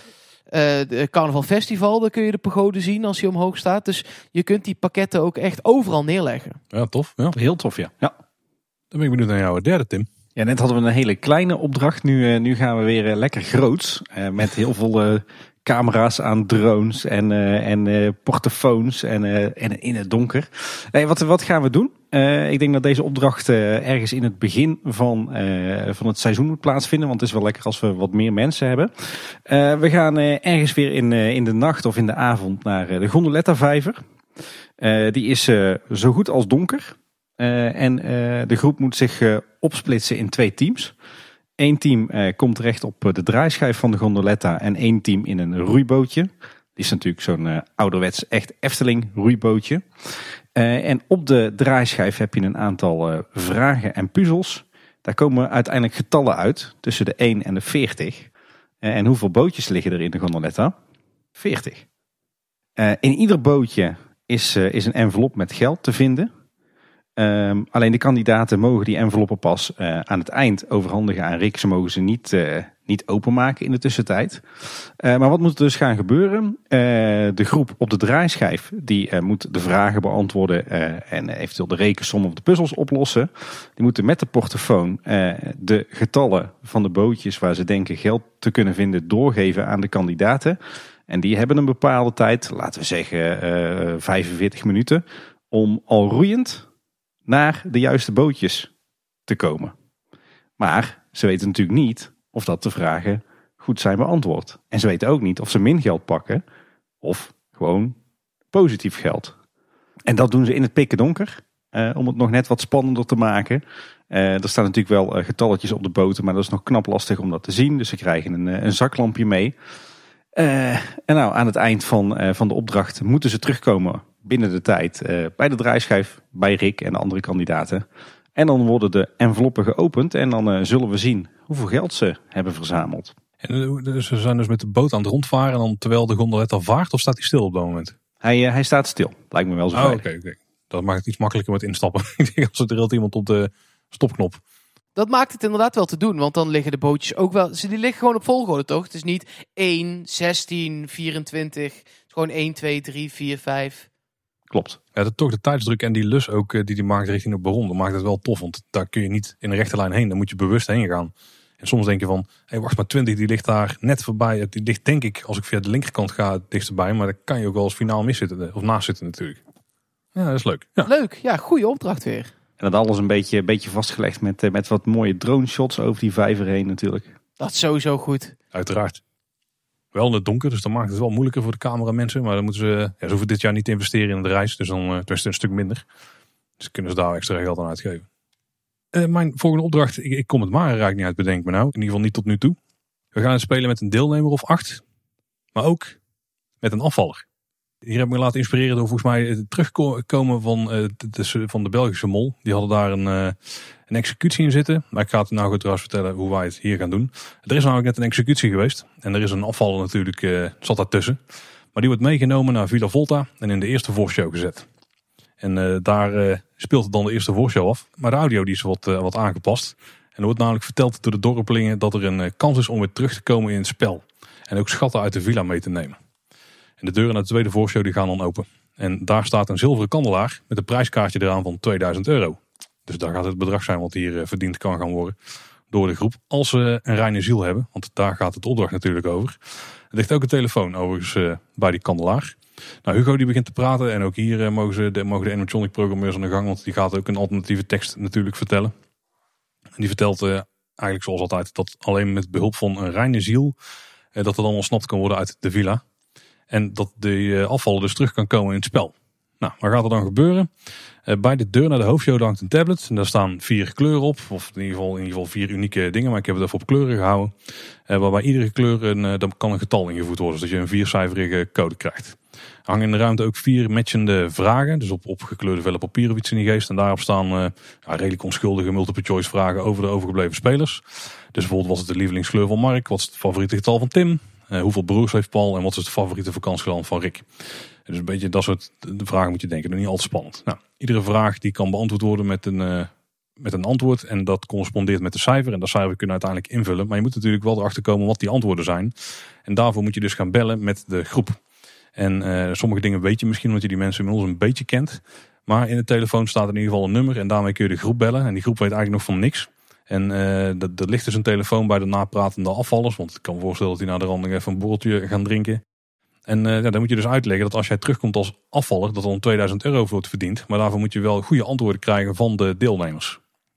de Carnaval Festival, dan kun je de pagode zien als je omhoog staat. Dus je kunt die pakketten ook echt overal neerleggen. Ja, tof. Ja. Heel tof, ja. ja. Dan ben ik benieuwd naar jouw derde, Tim. Ja, net hadden we een hele kleine opdracht. Nu, uh, nu gaan we weer uh, lekker groots. Uh, met heel veel uh, camera's aan drones en, uh, en uh, portofoons en, uh, en in het donker. Hey, wat, wat gaan we doen? Uh, ik denk dat deze opdracht uh, ergens in het begin van, uh, van het seizoen moet plaatsvinden. Want het is wel lekker als we wat meer mensen hebben. Uh, we gaan uh, ergens weer in, uh, in de nacht of in de avond naar uh, de Gondoletta-vijver. Uh, die is uh, zo goed als donker. Uh, en uh, de groep moet zich uh, opsplitsen in twee teams. Eén team uh, komt terecht op de draaischijf van de Gondoletta en één team in een roeibootje. Die is natuurlijk zo'n uh, ouderwets echt Efteling roeibootje. Uh, en op de draaischijf heb je een aantal uh, vragen en puzzels. Daar komen uiteindelijk getallen uit tussen de één en de veertig. Uh, en hoeveel bootjes liggen er in de Gondoletta? veertig. Uh, in ieder bootje is, uh, is een envelop met geld te vinden. Um, alleen de kandidaten mogen die enveloppen pas uh, aan het eind overhandigen aan Rick. Ze mogen ze niet, uh, niet openmaken in de tussentijd. Uh, maar wat moet er dus gaan gebeuren? Uh, de groep op de draaischijf die uh, moet de vragen beantwoorden uh, en eventueel de rekensom of de puzzels oplossen. Die moeten met de portofoon uh, de getallen van de bootjes waar ze denken geld te kunnen vinden doorgeven aan de kandidaten. En die hebben een bepaalde tijd, laten we zeggen uh, vijfenveertig minuten, om al roeiend naar de juiste bootjes te komen. Maar ze weten natuurlijk niet of dat de vragen goed zijn beantwoord. En ze weten ook niet of ze min geld pakken of gewoon positief geld. En dat doen ze in het pikken donker. Uh, om het nog net wat spannender te maken. Uh, er staan natuurlijk wel uh, getalletjes op de boten, maar dat is nog knap lastig om dat te zien. Dus ze krijgen een, uh, een zaklampje mee. Uh, en nou, aan het eind van, uh, van de opdracht moeten ze terugkomen binnen de tijd uh, bij de draaischijf, bij Rick en de andere kandidaten. En dan worden de enveloppen geopend en dan uh, zullen we zien hoeveel geld ze hebben verzameld. En dus ze zijn dus met de boot aan het rondvaren en dan terwijl de Gondoletta vaart, of staat hij stil op dat moment? Hij, uh, hij staat stil, lijkt me wel zo. Oh, oké, okay, okay. Dat maakt het iets makkelijker met instappen. Ik denk als er trilt iemand op de stopknop. Dat maakt het inderdaad wel te doen, want dan liggen de bootjes ook wel... Ze die liggen gewoon op volgorde, toch? Het is niet één, zestien, vierentwintig. Het is gewoon één, twee, drie, vier, vijf. Klopt. Ja, dat toch de tijdsdruk en die lus ook die die maakt richting de Baron. Dat maakt het wel tof, want daar kun je niet in een rechte lijn heen. Dan moet je bewust heen gaan. En soms denk je van, hé, hey, wacht maar, twintig, die ligt daar net voorbij. Die ligt denk ik, als ik via de linkerkant ga, het dichtst bij. Maar dan kan je ook wel eens finaal miszitten, of naast zitten natuurlijk. Ja, dat is leuk. Ja. Leuk, ja, goede opdracht weer. En dat alles een beetje, een beetje vastgelegd met, met wat mooie drone shots over die vijver heen natuurlijk. Dat is sowieso goed. Uiteraard. Wel in het donker, dus dat maakt het wel moeilijker voor de cameramensen. Maar dan moeten ze, ja, ze hoeven dit jaar niet te investeren in de reis. Dus dan uh, is een stuk minder. Dus kunnen ze daar extra geld aan uitgeven. Uh, mijn volgende opdracht, ik, ik kom het maar eigenlijk niet uit, bedenk me nou. In ieder geval niet tot nu toe. We gaan het spelen met een deelnemer of acht. Maar ook met een afvaller. Hier heb ik me laten inspireren door volgens mij het terugkomen van, uh, de, van de Belgische mol. Die hadden daar een, uh, een executie in zitten. Maar ik ga het nou goed trouwens vertellen hoe wij het hier gaan doen. Er is namelijk net een executie geweest. En er is een afvaller natuurlijk, uh, zat daartussen. Maar die wordt meegenomen naar Villa Volta en in de eerste voorshow gezet. En uh, daar uh, speelt het dan de eerste voorshow af. Maar de audio die is wat, uh, wat aangepast. En er wordt namelijk verteld door de dorpelingen dat er een uh, kans is om weer terug te komen in het spel. En ook schatten uit de villa mee te nemen. En de deuren naar de tweede voorshow die gaan dan open. En daar staat een zilveren kandelaar met een prijskaartje eraan van tweeduizend euro. Dus daar gaat het bedrag zijn wat hier uh, verdiend kan gaan worden door de groep. Als ze een reine ziel hebben, want daar gaat het opdracht natuurlijk over. Er ligt ook een telefoon overigens uh, bij die kandelaar. Nou, Hugo die begint te praten en ook hier uh, mogen, ze de, mogen de animatronic programmeurs aan de gang. Want die gaat ook een alternatieve tekst natuurlijk vertellen. En die vertelt uh, eigenlijk zoals altijd dat alleen met behulp van een reine ziel uh, dat er dan ontsnapt kan worden uit de villa. En dat de uh, afval dus terug kan komen in het spel. Nou, wat gaat er dan gebeuren? Uh, bij de deur naar de hoofdshow hangt een tablet. En daar staan vier kleuren op. Of in ieder geval, in ieder geval vier unieke dingen. Maar ik heb het even op kleuren gehouden. Uh, waarbij iedere kleur een, uh, dan kan een getal ingevoerd worden. Zodat je een viercijferige code krijgt. Er hangen in de ruimte ook vier matchende vragen. Dus op, op gekleurde vellen papier of iets in die geest. En daarop staan uh, ja, redelijk onschuldige multiple choice vragen over de overgebleven spelers. Dus bijvoorbeeld, wat is de lievelingskleur van Mark? Wat is het favoriete getal van Tim? Uh, hoeveel broers heeft Paul? En wat is het favoriete vakantieland van Rick? Dus een beetje dat soort de vragen moet je denken. Dat is niet altijd spannend. Nou, iedere vraag die kan beantwoord worden met een, uh, met een antwoord. En dat correspondeert met de cijfer. En dat cijfer kun je uiteindelijk invullen. Maar je moet natuurlijk wel erachter komen wat die antwoorden zijn. En daarvoor moet je dus gaan bellen met de groep. En uh, sommige dingen weet je misschien omdat je die mensen inmiddels een beetje kent. Maar in de telefoon staat in ieder geval een nummer. En daarmee kun je de groep bellen. En die groep weet eigenlijk nog van niks. En uh, er ligt dus een telefoon bij de napratende afvallers. Want ik kan me voorstellen dat die na de randing even een borreltje gaan drinken. En uh, ja, dan moet je dus uitleggen dat als jij terugkomt als afvaller, dat er dan tweeduizend euro wordt verdiend. Maar daarvoor moet je wel goede antwoorden krijgen van de deelnemers.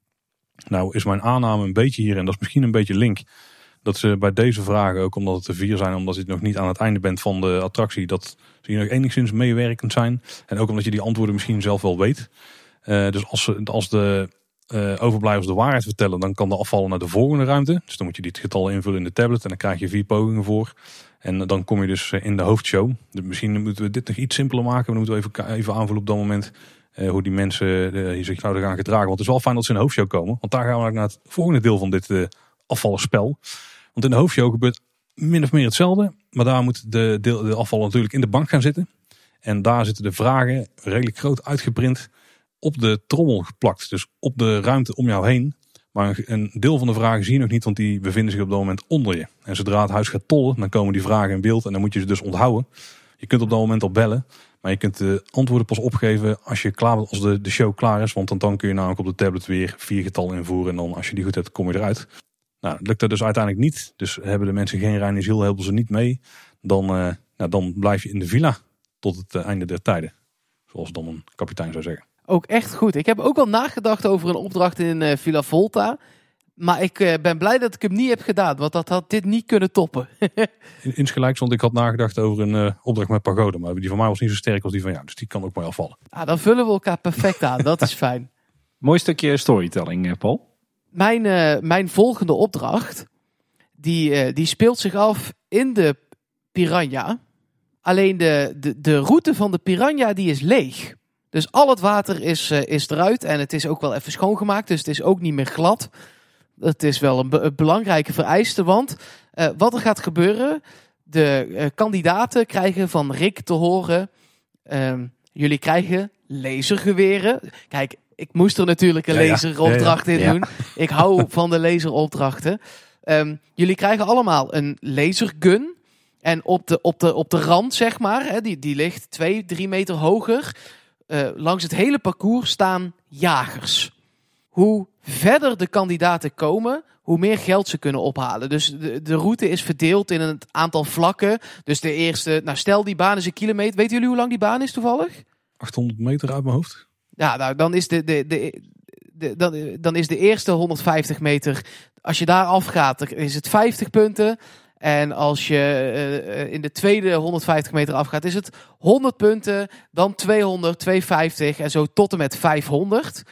Nou is mijn aanname een beetje hier, en dat is misschien een beetje link, dat ze bij deze vragen, ook omdat het er vier zijn, omdat je nog niet aan het einde bent van de attractie, dat ze hier nog enigszins meewerkend zijn. En ook omdat je die antwoorden misschien zelf wel weet. Uh, dus als, ze, als de uh, overblijvers de waarheid vertellen, dan kan de afvaller naar de volgende ruimte. Dus dan moet je dit getal invullen in de tablet en dan krijg je vier pogingen voor. En dan kom je dus in de hoofdshow. Dus misschien moeten we dit nog iets simpeler maken. Dan moeten we even, even aanvullen op dat moment uh, hoe die mensen uh, zich zouden gaan gedragen. Want het is wel fijn dat ze in de hoofdshow komen. Want daar gaan we naar het volgende deel van dit uh, afvallerspel. Want in de hoofdshow gebeurt min of meer hetzelfde. Maar daar moet de, de, de afvaller natuurlijk in de bank gaan zitten. En daar zitten de vragen redelijk groot uitgeprint op de trommel geplakt. Dus op de ruimte om jou heen. Maar een deel van de vragen zie je nog niet, want die bevinden zich op dat moment onder je. En zodra het huis gaat tollen, dan komen die vragen in beeld en dan moet je ze dus onthouden. Je kunt op dat moment al bellen, maar je kunt de antwoorden pas opgeven als je klaar bent, als de, de show klaar is. Want dan, dan kun je namelijk op de tablet weer vier getallen invoeren en dan als je die goed hebt, kom je eruit. Nou, lukt dat dus uiteindelijk niet. Dus hebben de mensen geen reine ziel, helpen ze niet mee. Dan, uh, nou, dan blijf je in de villa tot het uh, einde der tijden. Zoals dan een kapitein zou zeggen. Ook echt goed. Ik heb ook wel nagedacht over een opdracht in uh, Villa Volta. Maar ik uh, ben blij dat ik hem niet heb gedaan. Want dat had dit niet kunnen toppen. Insgelijks, want ik had nagedacht over een uh, opdracht met Pagoda. Maar die van mij was niet zo sterk als die van jou. Dus die kan ook maar afvallen. Ah, dan vullen we elkaar perfect aan. Dat is fijn. Mooi stukje storytelling, Paul. Mijn, uh, mijn volgende opdracht, die, uh, die speelt zich af in de Piranha. Alleen de, de, de route van de Piranha die is leeg. Dus al het water is, uh, is eruit en het is ook wel even schoongemaakt. Dus het is ook niet meer glad. Het is wel een, be- een belangrijke vereiste, want uh, wat er gaat gebeuren, de uh, kandidaten krijgen van Rick te horen, uh, jullie krijgen lasergeweren. Kijk, ik moest er natuurlijk een Ja, ja. laseropdracht Ja, ja. in doen. Ik hou van de laseropdrachten. Um, jullie krijgen allemaal een lasergun. En op de, op de, op de rand, zeg maar, hè, die, die ligt twee, drie meter hoger. Uh, langs het hele parcours staan jagers. Hoe verder de kandidaten komen, hoe meer geld ze kunnen ophalen. Dus de, de route is verdeeld in een aantal vlakken. Dus de eerste, nou stel die baan is een kilometer. Weten jullie hoe lang die baan is toevallig? achthonderd meter uit mijn hoofd. Ja, nou dan is de, de, de, de, dan, dan is de eerste honderdvijftig meter. Als je daar afgaat, dan is het vijftig punten. En als je uh, in de tweede honderdvijftig meter afgaat, is het honderd punten. Dan tweehonderd, tweehonderdvijftig en zo tot en met vijfhonderd.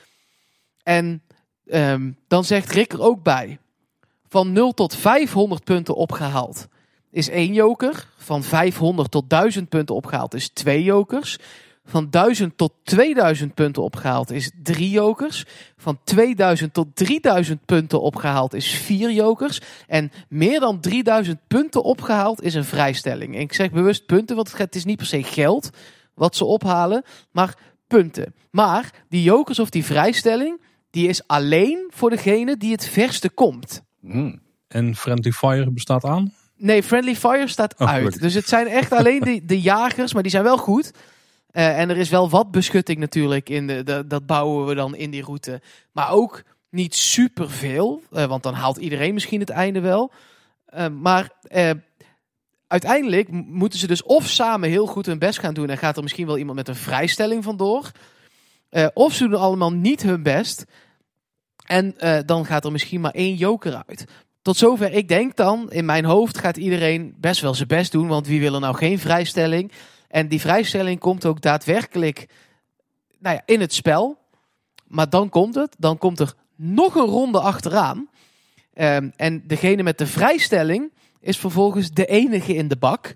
En um, dan zegt Rick er ook bij. Van nul tot vijfhonderd punten opgehaald is één joker. Van vijfhonderd tot duizend punten opgehaald is twee jokers. Van duizend tot tweeduizend punten opgehaald is drie jokers. Van tweeduizend tot drieduizend punten opgehaald is vier jokers. En meer dan drieduizend punten opgehaald is een vrijstelling. En ik zeg bewust punten, want het is niet per se geld wat ze ophalen, maar punten. Maar die jokers of die vrijstelling, die is alleen voor degene die het verste komt. Hmm. En Friendly Fire bestaat aan? Nee, Friendly Fire staat Oh, uit. gelukkig. Dus het zijn echt alleen de, de jagers, maar die zijn wel goed. Uh, en er is wel wat beschutting natuurlijk. In de, de, dat bouwen we dan in die route. Maar ook niet superveel. Uh, want dan haalt iedereen misschien het einde wel. Uh, maar uh, uiteindelijk moeten ze dus of samen heel goed hun best gaan doen. En gaat er misschien wel iemand met een vrijstelling vandoor. Uh, of ze doen allemaal niet hun best. En uh, dan gaat er misschien maar één joker uit. Tot zover, ik denk dan, in mijn hoofd gaat iedereen best wel zijn best doen. Want wie wil er nou geen vrijstelling? En die vrijstelling komt ook daadwerkelijk nou ja, in het spel. Maar dan komt het. Dan komt er nog een ronde achteraan. Um, en degene met de vrijstelling is vervolgens de enige in de bak.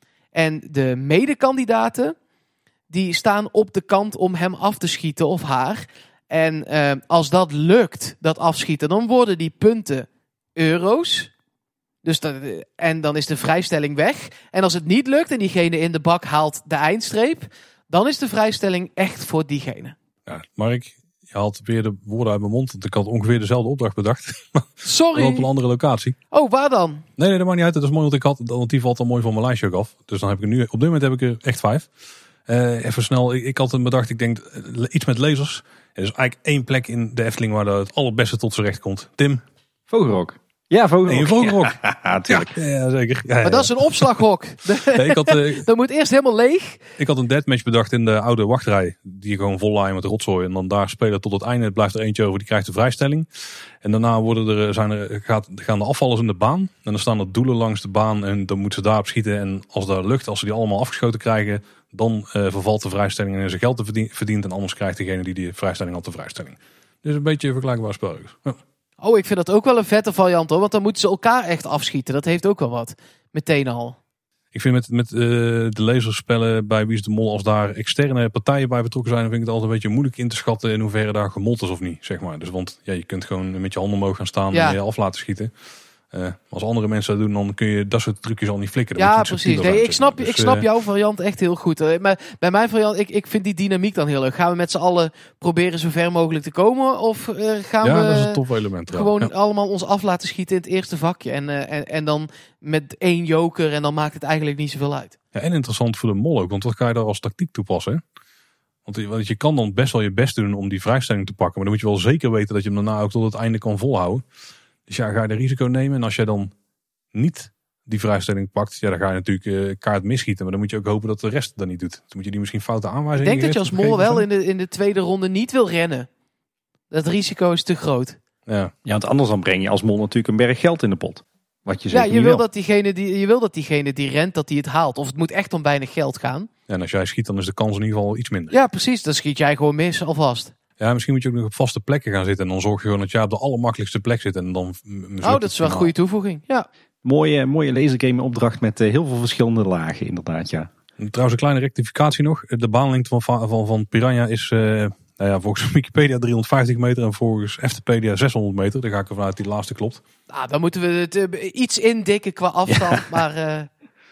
En de medekandidaten die staan op de kant om hem af te schieten of haar. En uh, als dat lukt, dat afschieten, dan worden die punten euro's. Dus dat, en dan is de vrijstelling weg. En als het niet lukt en diegene in de bak haalt de eindstreep, dan is de vrijstelling echt voor diegene. Ja, Mark, je haalt weer de woorden uit mijn mond. Want ik had ongeveer dezelfde opdracht bedacht. Sorry. Maar op een andere locatie. Oh, waar dan? Nee, nee, dat maakt niet uit. Dat is mooi, want ik had, want die valt al mooi van mijn lijstje ook af. Dus dan heb ik er nu, op dit moment heb ik er echt vijf. Uh, even snel, ik, ik had hem bedacht, ik denk uh, iets met lasers. Er is eigenlijk één plek in de Efteling waar het allerbeste tot z'n recht komt. Tim. Vogelrok. Ja, Vogelrok. Nee, Vogelrok. Ja, natuurlijk. Ja, ja, zeker. Ja, ja, Maar dat is een opslaghok. nee, ik, had, uh, Dat moet eerst helemaal leeg. ik had een deathmatch bedacht in de oude wachtrij. Die je gewoon vol laaien met rotzooi. En dan daar spelen tot het einde. Het blijft er eentje over, die krijgt de vrijstelling. En daarna worden er, zijn er, gaat, gaan de afvallers in de baan. En dan staan er doelen langs de baan. En dan moeten ze daarop schieten. En als dat lukt, als ze die allemaal afgeschoten krijgen, dan uh, vervalt de vrijstelling en is er geld te verdien, verdiend. En anders krijgt degene die die vrijstelling had de vrijstelling. Dus een beetje een vergelijkbaar spel. Ja. Oh, ik vind dat ook wel een vette variant hoor. Want dan moeten ze elkaar echt afschieten. Dat heeft ook wel wat. Meteen al. Ik vind met, met uh, de laserspellen bij Wie is de Mol, als daar externe partijen bij betrokken zijn, dan vind ik het altijd een beetje moeilijk in te schatten in hoeverre daar gemold is of niet, zeg maar. Dus want ja, je kunt gewoon met je handen omhoog gaan staan Ja. en je af laten schieten. Uh, als andere mensen dat doen, dan kun je dat soort trucjes al niet flikken. Dan Ja, moet je iets precies. subtieler Nee, zijn, ik, snap, zeg maar. ik Dus, snap uh, jouw variant echt heel goed. Hè. Maar bij mijn variant, ik, ik vind die dynamiek dan heel leuk. Gaan we met z'n allen proberen zo ver mogelijk te komen? Of uh, gaan Ja, we dat is een tof element. gewoon Ja. allemaal ons af laten schieten in het eerste vakje? En, uh, en, en dan met één joker en dan maakt het eigenlijk niet zoveel uit. Ja, en interessant voor de mol ook, want wat kan je daar als tactiek toepassen? Want je, want je kan dan best wel je best doen om die vrijstelling te pakken. Maar dan moet je wel zeker weten dat je hem daarna ook tot het einde kan volhouden. Dus ja, ga je de risico nemen. En als jij dan niet die vrijstelling pakt, ja, dan ga je natuurlijk uh, kaart misschieten. Maar dan moet je ook hopen dat de rest dat niet doet. Dan moet je die misschien foute Ik aanwijzingen denk dat je als geven, mol wel geven. in de, in de tweede ronde niet wil rennen. Dat risico is te groot. Ja. Ja, want anders dan breng je als mol natuurlijk een berg geld in de pot. Wat je Ja, zeker je niet wil, wil. dat diegene die, je wil dat diegene die rent, dat die het haalt. Of het moet echt om weinig geld gaan. En als jij schiet, dan is de kans in ieder geval iets minder. Ja, precies. Dan schiet jij gewoon mis alvast. Ja, misschien moet je ook nog op vaste plekken gaan zitten. En dan zorg je gewoon dat jij op de allermakkelijkste plek zit. En dan Oh, dat is wel een goede toevoeging. Ja. Mooie, mooie lasergame opdracht met uh, heel veel verschillende lagen inderdaad, ja. Trouwens, een kleine rectificatie nog. De baanlengte van, van, van Piranha is uh, nou ja, volgens Wikipedia driehonderdvijftig meter en volgens Eftepedia zeshonderd meter. Daar ga ik ervan uit die laatste klopt. Nou, dan moeten we het uh, iets indikken qua afstand. maar uh,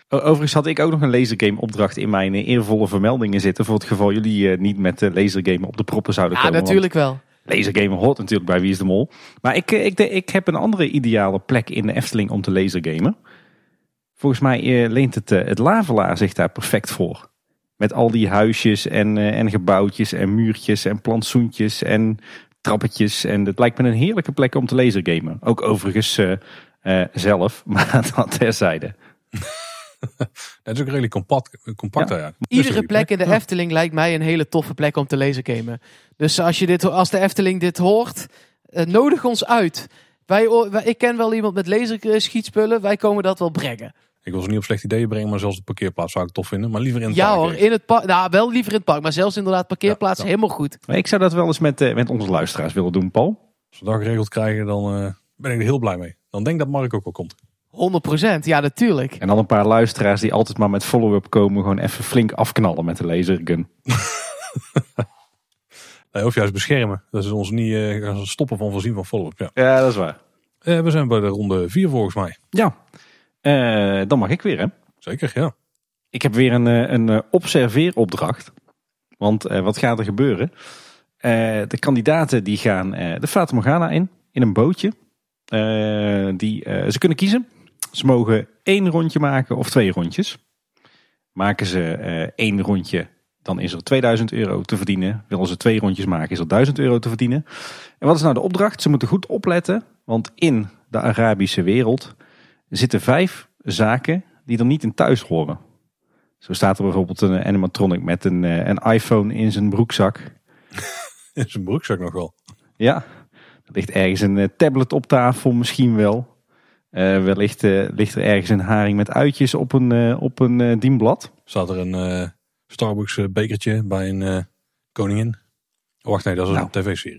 Overigens had ik ook nog een lasergame opdracht in mijn eervolle vermeldingen zitten. Voor het geval jullie uh, niet met uh, lasergame op de proppen zouden Ja, komen. natuurlijk wel. Lasergame hoort natuurlijk bij Wie is de Mol. Maar ik, ik, ik heb een andere ideale plek in de Efteling om te lasergamen. Volgens mij uh, leent het, uh, het Lavelaar zich daar perfect voor. Met al die huisjes en, uh, en gebouwtjes en muurtjes en plantsoentjes en trappetjes. En het lijkt me een heerlijke plek om te lasergamen. Ook overigens uh, uh, zelf, maar dat terzijde. Dat is ook redelijk compact. compact Ja. ja. Iedere plek in de Efteling lijkt mij een hele toffe plek om te lasergamen. Dus als, je dit, als de Efteling dit hoort, uh, nodig ons uit. Wij, wij, ik ken wel iemand met laserschietspullen, wij komen dat wel brengen. Ik wil ze niet op slechte ideeën brengen, maar zelfs de parkeerplaats zou ik tof vinden. Maar liever in het Ja park. hoor, in het park. Nou, wel liever in het park, maar zelfs inderdaad parkeerplaats Ja, ja. helemaal goed. Maar ik zou dat wel eens met, uh, met onze luisteraars willen doen, Paul. Als we dat geregeld krijgen, dan uh, ben ik er heel blij mee. Dan denk ik dat Mark ook wel komt. honderd procent, ja natuurlijk. En dan een paar luisteraars die altijd maar met follow-up komen. Gewoon even flink afknallen met de lasergun. Nee, of juist beschermen. Dat is ons niet uh, gaan stoppen van voorzien van follow-up. Ja. Ja, dat is waar. Uh, we zijn bij de ronde vier volgens mij. Ja, uh, dan mag ik weer hè. Zeker, ja. Ik heb weer een, een observeeropdracht. Want uh, wat gaat er gebeuren? Uh, de kandidaten die gaan uh, de Fata Morgana in. In een bootje. Uh, die, uh, ze kunnen kiezen. Ze mogen één rondje maken of twee rondjes. Maken ze uh, één rondje, dan is er tweeduizend euro te verdienen. Willen ze twee rondjes maken, is er duizend euro te verdienen. En wat is nou de opdracht? Ze moeten goed opletten. Want in de Arabische wereld zitten vijf zaken die er niet in thuis horen. Zo staat er bijvoorbeeld een animatronic met een, een iPhone in zijn broekzak. In zijn broekzak nog wel. Ja, er ligt ergens een tablet op tafel misschien wel. Uh, wellicht uh, ligt er ergens een haring met uitjes op een, uh, op een uh, dienblad. Staat er een uh, Starbucks uh, bekertje bij een uh, koningin. Oh, wacht, nee, dat is nou. een tv-serie.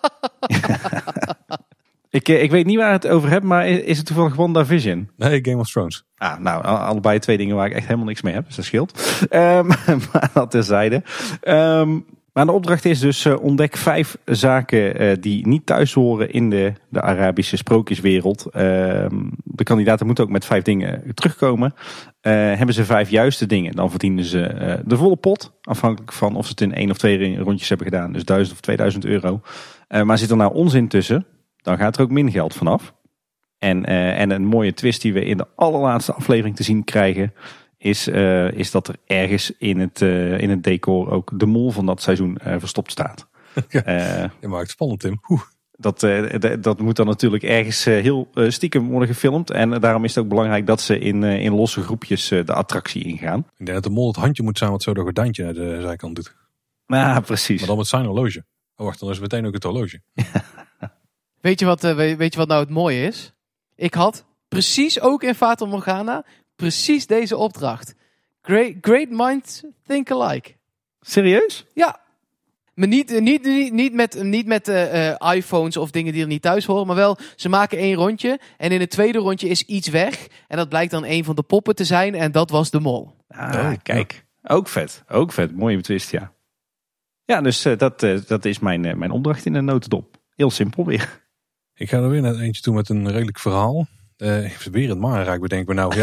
ik, uh, ik weet niet waar het over hebt, maar is het toevallig WandaVision? Nee, Game of Thrones. Ah, nou, allebei twee dingen waar ik echt helemaal niks mee heb, dus dat scheelt. Um, maar dat terzijde. Um, Maar de opdracht is dus uh, ontdek vijf zaken uh, die niet thuis horen in de, de Arabische sprookjeswereld. Uh, de kandidaten moeten ook met vijf dingen terugkomen. Uh, hebben ze vijf juiste dingen, dan verdienen ze uh, de volle pot. Afhankelijk van of ze het in één of twee rondjes hebben gedaan. Dus duizend of tweeduizend euro. Uh, maar zit er nou onzin tussen, dan gaat er ook min geld vanaf. En, uh, en een mooie twist die we in de allerlaatste aflevering te zien krijgen... Is, uh, is dat er ergens in het, uh, in het decor ook de mol van dat seizoen uh, verstopt staat. Ja, uh, je maakt het spannend, Tim. Oeh. Dat, uh, d- dat moet dan natuurlijk ergens uh, heel uh, stiekem worden gefilmd. En uh, daarom is het ook belangrijk dat ze in, uh, in losse groepjes uh, de attractie ingaan. Ik denk dat de mol het handje moet zijn wat zo dat gordijntje naar de zijkant doet. Nou, precies. Maar dan met zijn horloge. Oh, wacht, dan is het meteen ook het horloge. Weet je wat, uh, weet je wat nou het mooie is? Ik had precies ook in Fata Morgana... precies deze opdracht. Great, great minds think alike. Serieus? Ja. Maar niet, niet, niet, niet met, niet met uh, uh, iPhones of dingen die er niet thuis horen. Maar wel, ze maken één rondje. En in het tweede rondje is iets weg. En dat blijkt dan een van de poppen te zijn. En dat was de mol. Ah, oh, kijk. Ja. Ook vet. Ook vet. Mooie twist, ja. Ja, dus uh, dat, uh, dat is mijn, uh, mijn opdracht in een notendop. Heel simpel weer. Ik ga er weer naar eentje toe met een redelijk verhaal. Uh, weer het Marenrijk bedenk me nou. Ja.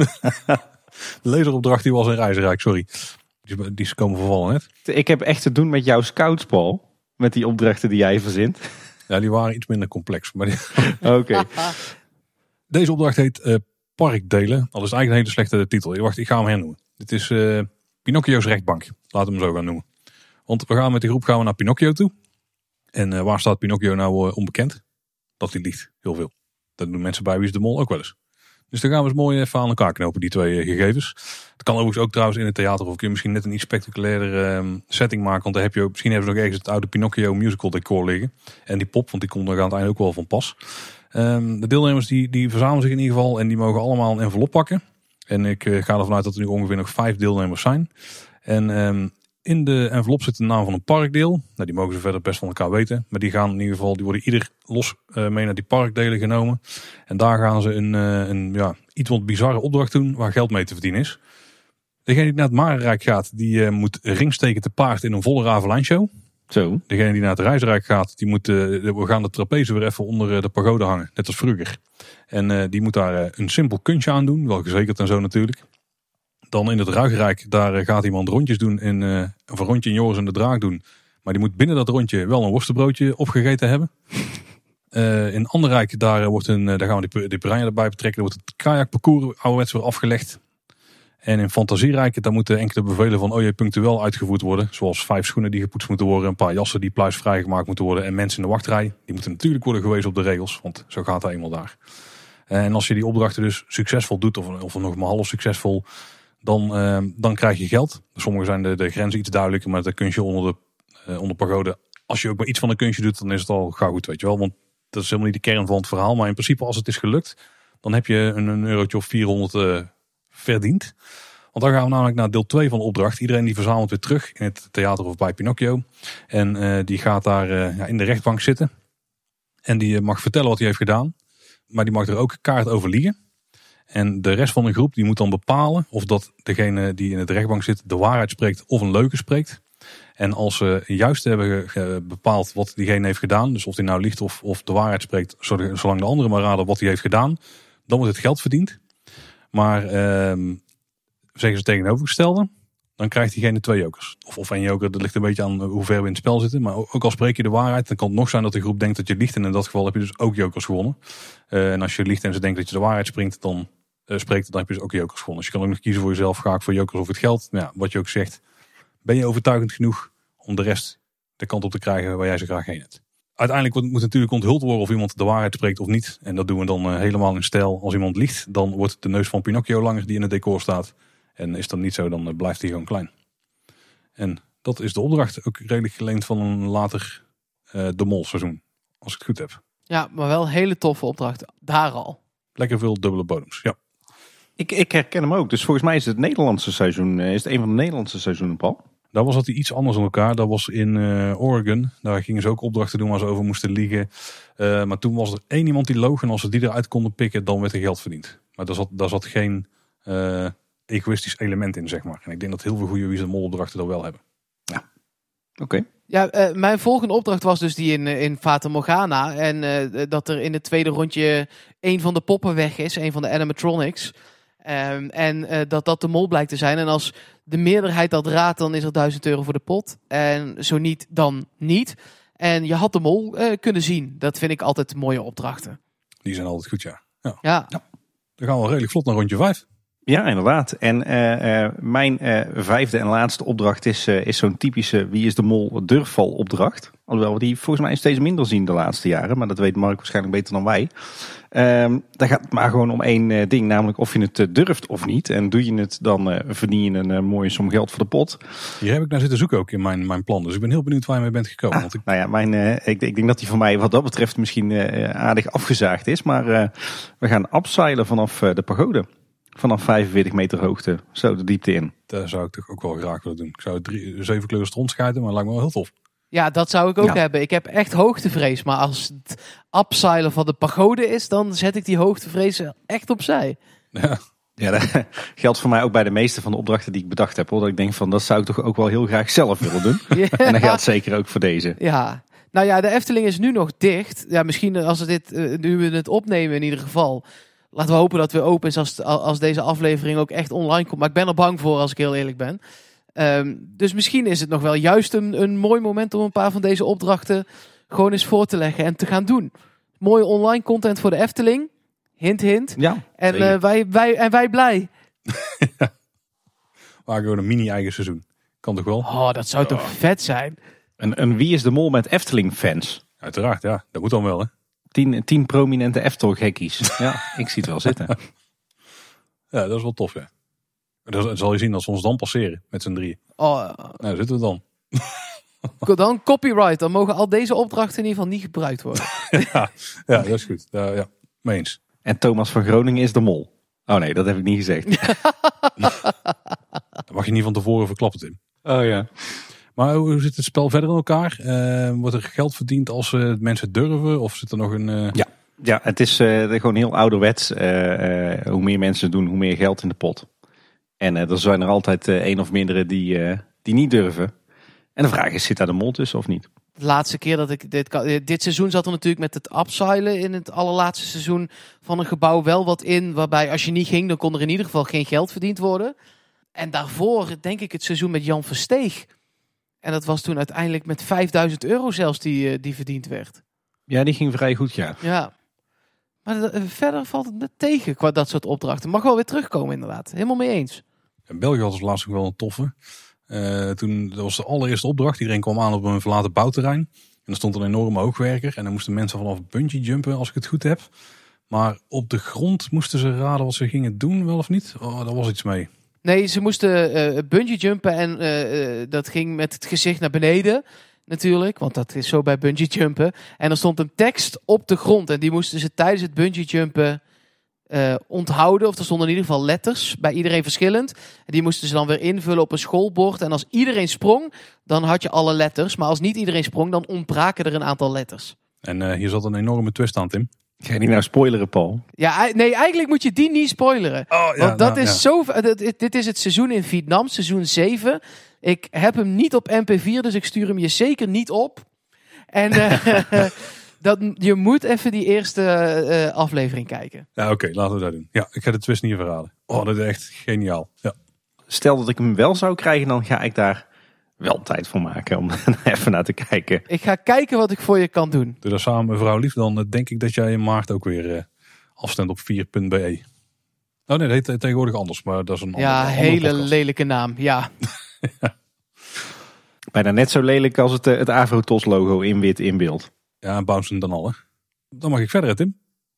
De lezeropdracht die was in Reizenrijk, sorry. Die, die is komen vervallen net. Ik heb echt te doen met jouw scouts, Paul. Met die opdrachten die jij verzint. Ja, die waren iets minder complex. Maar die... Oké. Okay. Deze opdracht heet uh, Parkdelen. Dat is eigenlijk een hele slechte titel. Wacht, ik ga hem hernoemen. Dit is uh, Pinocchio's rechtbank. Laten we hem zo gaan noemen. Want we gaan met de groep gaan we naar Pinocchio toe. En uh, waar staat Pinocchio nou uh, onbekend? Dat hij liegt. Heel veel. Dat doen mensen bij Wie is de Mol ook wel eens. Dus dan gaan we eens mooi even aan elkaar knopen, die twee uh, gegevens. Het kan overigens ook trouwens in het theater. Of kun je misschien net een iets spectaculairder um, setting maken. Want dan heb je ook, misschien hebben ze nog ergens het oude Pinocchio musical decor liggen. En die pop, want die komt er aan het einde ook wel van pas. Um, de deelnemers die, die verzamelen zich in ieder geval. En die mogen allemaal een envelop pakken. En ik uh, ga ervan uit dat er nu ongeveer nog vijf deelnemers zijn. En um, in de envelop zit de naam van een parkdeel. Nou, die mogen ze verder best van elkaar weten. Maar die gaan in ieder geval, die worden ieder los uh, mee naar die parkdelen genomen. En daar gaan ze een, uh, een ja, iets wat bizarre opdracht doen waar geld mee te verdienen is. Degene die naar het Marenrijk gaat, die uh, moet ringsteken te paard in een volle Ravelijn-show. Zo. Degene die naar het Reizenrijk gaat, die moet, uh, we gaan de trapeze weer even onder uh, de pagode hangen. Net als vroeger. En uh, die moet daar uh, een simpel kunstje aan doen. Wel gezekerd en zo natuurlijk. Dan in het Ruigrijk, daar uh, gaat iemand rondjes doen. In, uh, of een rondje in Joris en de Draak doen. Maar die moet binnen dat rondje wel een worstenbroodje opgegeten hebben. Uh, in Anderrijk, daar, wordt een, uh, daar gaan we die, die piranha erbij betrekken. Daar wordt het kajakparcours ouderwets weer afgelegd. En in Fantasierijk, daar moeten enkele bevelen van O J punctueel uitgevoerd worden. Zoals vijf schoenen die gepoetst moeten worden. Een paar jassen die pluisvrij gemaakt moeten worden. En mensen in de wachtrij. Die moeten natuurlijk worden gewezen op de regels. Want zo gaat het eenmaal daar. En als je die opdrachten dus succesvol doet. Of, of nog maar half succesvol. Dan, uh, dan krijg je geld. Sommige zijn de, de grenzen iets duidelijker. Maar dat kunstje onder de uh, onder pagode. Als je ook maar iets van een kunstje doet. Dan is het al gauw goed, weet je wel. Want dat is helemaal niet de kern van het verhaal. Maar in principe als het is gelukt. Dan heb je een, een eurotje of vierhonderd uh, verdiend. Want dan gaan we namelijk naar deel twee van de opdracht. Iedereen die verzamelt weer terug in het theater of bij Pinocchio. En uh, die gaat daar uh, ja, in de rechtbank zitten. En die mag vertellen wat hij heeft gedaan. Maar die mag er ook kaart over liegen. En de rest van de groep die moet dan bepalen of dat degene die in de rechtbank zit de waarheid spreekt of een leugen spreekt. En als ze juist hebben bepaald wat diegene heeft gedaan. Dus of hij nou liegt of, of de waarheid spreekt. Zolang de anderen maar raden wat hij heeft gedaan. Dan wordt het geld verdiend. Maar uh, zeggen ze tegenovergestelde. Dan krijgt diegene twee jokers. Of, of één joker, dat ligt een beetje aan hoe ver we in het spel zitten. Maar ook al spreek je de waarheid, dan kan het nog zijn dat de groep denkt dat je liegt. En in dat geval heb je dus ook jokers gewonnen. Uh, en als je liegt en ze denkt dat je de waarheid springt, dan uh, spreekt, dan heb je dus ook jokers gewonnen. Dus je kan ook nog kiezen voor jezelf, ga ik voor jokers of het geld. Maar ja, wat je ook zegt, ben je overtuigend genoeg om de rest de kant op te krijgen waar jij ze graag heen hebt. Uiteindelijk moet natuurlijk onthuld worden of iemand de waarheid spreekt of niet. En dat doen we dan uh, helemaal in stijl. Als iemand liegt, dan wordt de neus van Pinocchio langer die in het decor staat. En is dat niet zo, dan uh, blijft hij gewoon klein. En dat is de opdracht. Ook redelijk geleend van een later uh, de Mol seizoen. Als ik het goed heb. Ja, maar wel een hele toffe opdracht. Daar al. Lekker veel dubbele bodems, ja. Ik, ik herken hem ook. Dus volgens mij is het Nederlandse seizoen, is het een van de Nederlandse seizoenen, Paul. Daar was dat iets anders dan elkaar. Dat was in uh, Oregon. Daar gingen ze ook opdrachten doen waar ze over moesten liegen. Uh, maar toen was er één iemand die loog. En als ze die eruit konden pikken, dan werd er geld verdiend. Maar daar zat, daar zat geen uh, egoïstisch element in, zeg maar. En ik denk dat heel veel goede Wie is de Mol opdrachten dat wel hebben. Ja, oké. Okay. Ja, uh, mijn volgende opdracht was dus die in, in Fata Morgana. En uh, dat er in het tweede rondje één van de poppen weg is. Een van de animatronics. Um, en uh, dat dat de mol blijkt te zijn. En als de meerderheid dat raadt, dan is er duizend euro voor de pot. En zo niet, dan niet. En je had de mol uh, kunnen zien. Dat vind ik altijd mooie opdrachten. Die zijn altijd goed, ja. Ja. ja. ja. Dan gaan we redelijk vlot naar rondje vijf. Ja, inderdaad. En uh, uh, mijn uh, vijfde en laatste opdracht is, uh, is zo'n typische Wie is de Mol durfval opdracht. Alhoewel we die volgens mij steeds minder zien de laatste jaren. Maar dat weet Mark waarschijnlijk beter dan wij. Um, daar gaat het maar gewoon om één uh, ding. Namelijk of je het uh, durft of niet. En doe je het, dan uh, verdien je een uh, mooie som geld voor de pot. Hier heb ik naar zitten zoeken ook in mijn, mijn plan. Dus ik ben heel benieuwd waar je mee bent gekomen. Ah, want ik... Nou ja, mijn, uh, ik, ik denk dat die voor mij wat dat betreft misschien uh, aardig afgezaagd is. Maar uh, we gaan upseilen vanaf uh, de pagode. Vanaf vijfenveertig meter hoogte, zo de diepte in. Dat zou ik toch ook wel graag willen doen. Ik zou drie, zeven kleuren stront schijten, maar dat lijkt me wel heel tof. Ja, dat zou ik ook ja. hebben. Ik heb echt hoogtevrees. Maar als het upseilen van de pagode is, dan zet ik die hoogtevrees echt opzij. Ja. Ja, dat geldt voor mij ook bij de meeste van de opdrachten die ik bedacht heb. Hoor. Dat ik denk van, dat zou ik toch ook wel heel graag zelf willen doen. Ja. En dat geldt zeker ook voor deze. Ja. Nou ja, de Efteling is nu nog dicht. Ja, misschien als we dit, uh, nu we het opnemen in ieder geval. Laten we hopen dat het weer open is als, als deze aflevering ook echt online komt. Maar ik ben er bang voor, als ik heel eerlijk ben. Um, dus misschien is het nog wel juist een, een mooi moment om een paar van deze opdrachten gewoon eens voor te leggen en te gaan doen. Mooie online content voor de Efteling. Hint, hint. Ja, en, uh, wij, wij, en wij blij. Ja. Maar gewoon een mini-eigen seizoen. Kan toch wel? Oh, dat zou toch oh. vet zijn? Een, een Wie is de Mol met Efteling-fans. Uiteraard, ja. Dat moet dan wel, hè. Tien, tien prominente Eftel-gekkies. Ja, ik zie het wel zitten. Ja, dat is wel tof, ja. Dat zal je zien als we ons dan passeren met z'n drieën. Oh. Nou, daar zitten we dan. Dan copyright. Dan mogen al deze opdrachten in ieder geval niet gebruikt worden. ja, ja, dat is goed. Uh, ja, mee eens. En Thomas van Groningen is de mol. Oh nee, dat heb ik niet gezegd. Dat mag je niet van tevoren verklappen, Tim. Oh ja. Maar hoe zit het spel verder in elkaar? Uh, wordt er geld verdiend als uh, mensen durven? Of zit er nog een... Uh... Ja. ja, het is uh, gewoon heel ouderwets. Uh, uh, hoe meer mensen doen, hoe meer geld in de pot. En uh, er zijn er altijd uh, één of meerdere die, uh, die niet durven. En de vraag is, zit daar de mol tussen of niet? De laatste keer dat ik dit... Dit seizoen zat er natuurlijk met het upseilen in het allerlaatste seizoen van een gebouw wel wat in. Waarbij als je niet ging, dan kon er in ieder geval geen geld verdiend worden. en daarvoor denk ik het seizoen met Jan Versteeg. En dat was toen uiteindelijk met vijfduizend euro zelfs die, uh, die verdiend werd. Ja, die ging vrij goed, ja. Ja. Maar uh, verder valt het net tegen qua dat soort opdrachten. Mag wel weer terugkomen inderdaad. Helemaal mee eens. En België had als laatst ook wel een toffe. Uh, toen, dat was de allereerste opdracht. Iedereen kwam aan op een verlaten bouwterrein. En er stond een enorme hoogwerker. En dan moesten mensen vanaf bungee jumpen, als ik het goed heb. Maar op de grond moesten ze raden wat ze gingen doen, wel of niet? Oh, daar was iets mee. Nee, ze moesten uh, bungee jumpen. En uh, uh, dat ging met het gezicht naar beneden. Natuurlijk, want dat is zo bij bungee jumpen. En er stond een tekst op de grond. En die moesten ze tijdens het bungee jumpen uh, onthouden. Of er stonden in ieder geval letters, bij iedereen verschillend. En die moesten ze dan weer invullen op een schoolbord. En als iedereen sprong, dan had je alle letters. Maar als niet iedereen sprong, dan ontbraken er een aantal letters. En uh, hier zat een enorme twist aan, Tim. Ga je die nou spoileren, Paul? Ja, nee, eigenlijk moet je die niet spoileren. Oh, ja, want dat nou, is ja. zo... Dit, dit is het seizoen in Vietnam, seizoen zeven. Ik heb hem niet op M P vier, dus ik stuur hem je zeker niet op. En uh, dat, je moet even die eerste uh, aflevering kijken. Ja, oké, okay, laten we dat doen. Ja, ik ga de twist niet verraden. Oh, dat is echt geniaal. Ja. Stel dat ik hem wel zou krijgen, dan ga ik daar wel tijd voor maken om even naar te kijken. Ik ga kijken wat ik voor je kan doen. Doe dat samen, mevrouw Lief. Dan uh, denk ik dat jij in maart ook weer uh, afstemt op vier punt b e. Oh nee, dat heet tegenwoordig anders, maar dat is een ja, andere, hele andere podcast. lelijke naam, ja. Ja. Bijna net zo lelijk als het, het Avrotos logo in wit in beeld. Ja, en bouncen dan al, hè. Dan mag ik verder, hè, Tim.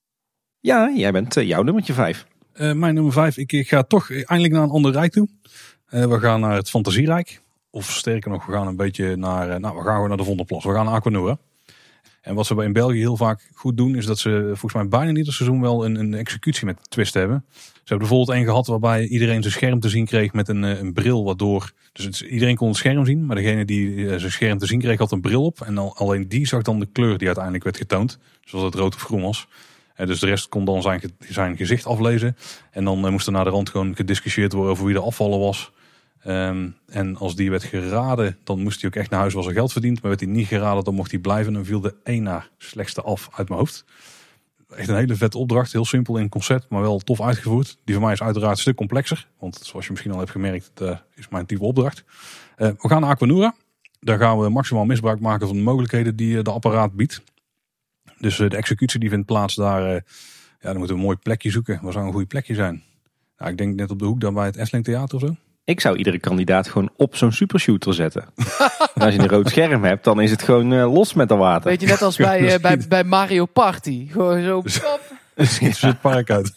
Ja, jij bent uh, jouw nummertje vijf. Uh, mijn nummer vijf, ik, ik ga toch eindelijk naar een ander rijk toe. Uh, we gaan naar het Fantasierijk. Of sterker nog, we gaan een beetje naar, uh, nou, we gaan gewoon naar de Vondelplas. We gaan naar Aquanura. En wat ze in België heel vaak goed doen, is dat ze volgens mij bijna ieder seizoen wel een, een executie met twist hebben. Ze hebben bijvoorbeeld één gehad waarbij iedereen zijn scherm te zien kreeg met een, een bril, waardoor... Dus het, iedereen kon het scherm zien, maar degene die zijn scherm te zien kreeg had een bril op. En al, alleen die zag dan de kleur die uiteindelijk werd getoond. Zoals het rood of groen was. En dus de rest kon dan zijn, zijn gezicht aflezen. En dan uh, moest er naar de rand gewoon gediscussieerd worden over wie de afvaller was. Um, en als die werd geraden, dan moest hij ook echt naar huis, was er geld verdiend. Maar werd hij niet geraden, dan mocht hij blijven. En dan viel de één na slechtste af uit mijn hoofd. Echt een hele vette opdracht. Heel simpel in concept, maar wel tof uitgevoerd. Die van mij is uiteraard een stuk complexer. Want zoals je misschien al hebt gemerkt, dat is mijn type opdracht. Uh, we gaan naar Aquanura. Daar gaan we maximaal misbruik maken van de mogelijkheden die de apparaat biedt. Dus uh, de executie die vindt plaats daar. Uh, ja, dan moeten we een mooi plekje zoeken. Waar zou een goed plekje zijn? Nou, ik denk net op de hoek daar bij het Efteling Theater of zo. Ik zou iedere kandidaat gewoon op zo'n supershooter zetten. En als je een rood scherm hebt, dan is het gewoon uh, los met de water. Weet je, net als bij, uh, bij, bij Mario Party. Gewoon zo... Schiet ze het park uit.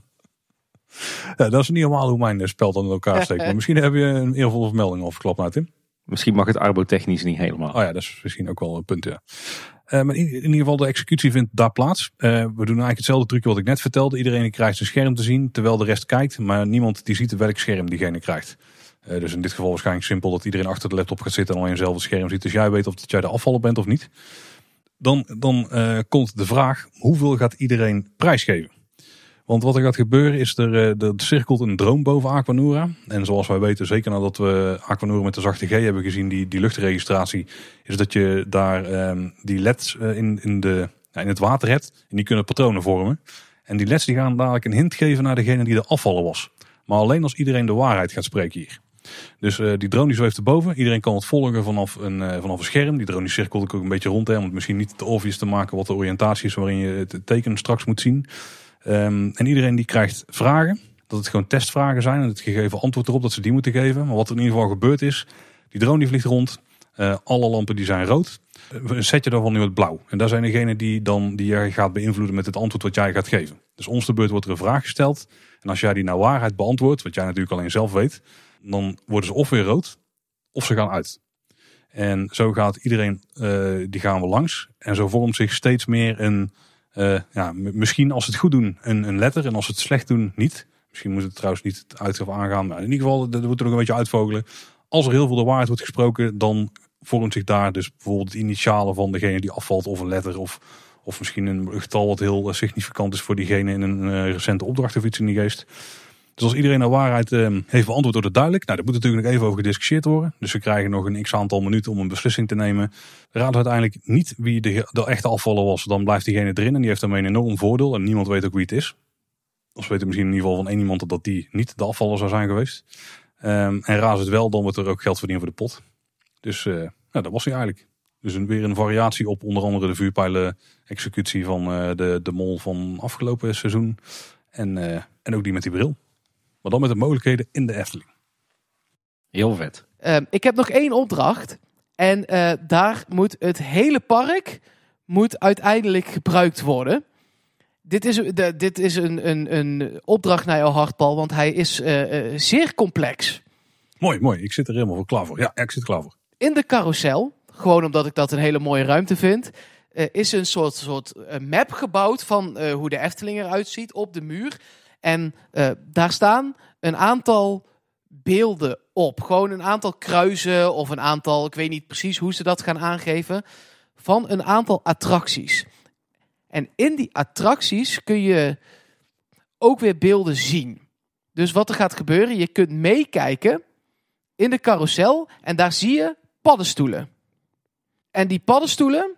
Ja, dat is niet helemaal hoe mijn spel dan in elkaar steekt. Maar misschien heb je een eervolle vermelding afgeklapt naar Tim. Misschien mag het arbotechnisch niet helemaal. Oh ja, dat is misschien ook wel een punt, ja. Uh, maar in, in ieder geval, de executie vindt daar plaats. Uh, we doen eigenlijk hetzelfde trucje wat ik net vertelde. Iedereen krijgt zijn scherm te zien, terwijl de rest kijkt. Maar niemand die ziet welk scherm diegene krijgt. Uh, dus in dit geval waarschijnlijk simpel dat iedereen achter de laptop gaat zitten en alleen zelf het scherm ziet. Dus jij weet of dat jij de afvaller bent of niet. Dan, dan uh, komt de vraag, hoeveel gaat iedereen prijsgeven? Want wat er gaat gebeuren is, er, er cirkelt een droom boven Aquanura. En zoals wij weten, zeker nadat we Aquanura met de zachte G hebben gezien, die, die luchtregistratie, is dat je daar um, die L E D's uh, in, in, de, ja, in het water hebt. En die kunnen patronen vormen. En die L E D's die gaan dadelijk een hint geven naar degene die de afvaller was. Maar alleen als iedereen de waarheid gaat spreken hier. Dus uh, die drone die zweeft erboven. Iedereen kan het volgen vanaf een, uh, vanaf een scherm. Die drone die cirkelt ook een beetje rond, hè, om het misschien niet te obvious te maken wat de oriëntatie is waarin je het teken straks moet zien. Um, en iedereen die krijgt vragen. Dat het gewoon testvragen zijn. En het gegeven antwoord erop dat ze die moeten geven. Maar wat er in ieder geval gebeurd is. Die drone die vliegt rond. Uh, alle lampen die zijn rood. Een setje daarvan nu het blauw. En daar zijn degenen die, dan, die jij gaat beïnvloeden met het antwoord wat jij gaat geven. Dus ons de beurt wordt er een vraag gesteld. En als jij die naar waarheid beantwoordt. Wat jij natuurlijk alleen zelf weet. Dan worden ze of weer rood. Of ze gaan uit. En zo gaat iedereen. Uh, die gaan we langs. En zo vormt zich steeds meer een... Uh, ja, m- misschien als ze het goed doen een, een letter en als ze het slecht doen niet. Misschien moet het trouwens niet het uit of aangaan. Maar in ieder geval, dat moet er nog een beetje uitvogelen. Als er heel veel de waarheid wordt gesproken, dan vormt zich daar dus bijvoorbeeld het initialen van degene die afvalt of een letter. Of, of misschien een getal wat heel significant is voor diegene in een uh, recente opdracht of iets in die geest. Dus als iedereen naar waarheid uh, heeft beantwoord, wordt het duidelijk. Nou, daar moet natuurlijk nog even over gediscussieerd worden. Dus we krijgen nog een x-aantal minuten om een beslissing te nemen. Raden we uiteindelijk niet wie de, de echte afvaller was, dan blijft diegene erin. En die heeft daarmee een enorm voordeel. En niemand weet ook wie het is. Of we weten misschien in ieder geval van één iemand dat die niet de afvaller zou zijn geweest. Um, en raast het wel, dan wordt er ook geld verdiend voor de pot. Dus uh, nou, dat was hij eigenlijk. Dus een, weer een variatie op onder andere de vuurpijlen-executie van uh, de, de mol van afgelopen seizoen. En, uh, en ook die met die bril. Maar dan met de mogelijkheden in de Efteling. Heel vet. Um, ik heb nog één opdracht. En uh, daar moet het hele park moet uiteindelijk gebruikt worden. Dit is, de, dit is een, een, een opdracht naar jouw hart, Paul, want hij is uh, uh, zeer complex. Mooi, mooi. Ik zit er helemaal voor klaar voor. Ja, ik zit er klaar voor. In de carousel, gewoon omdat ik dat een hele mooie ruimte vind, uh, is een soort, soort uh, map gebouwd van uh, hoe de Efteling eruit ziet op de muur. En uh, daar staan een aantal beelden op. Gewoon een aantal kruisen of een aantal, ik weet niet precies hoe ze dat gaan aangeven, van een aantal attracties. En in die attracties kun je ook weer beelden zien. Dus wat er gaat gebeuren, je kunt meekijken in de carousel en daar zie je paddenstoelen. En die paddenstoelen,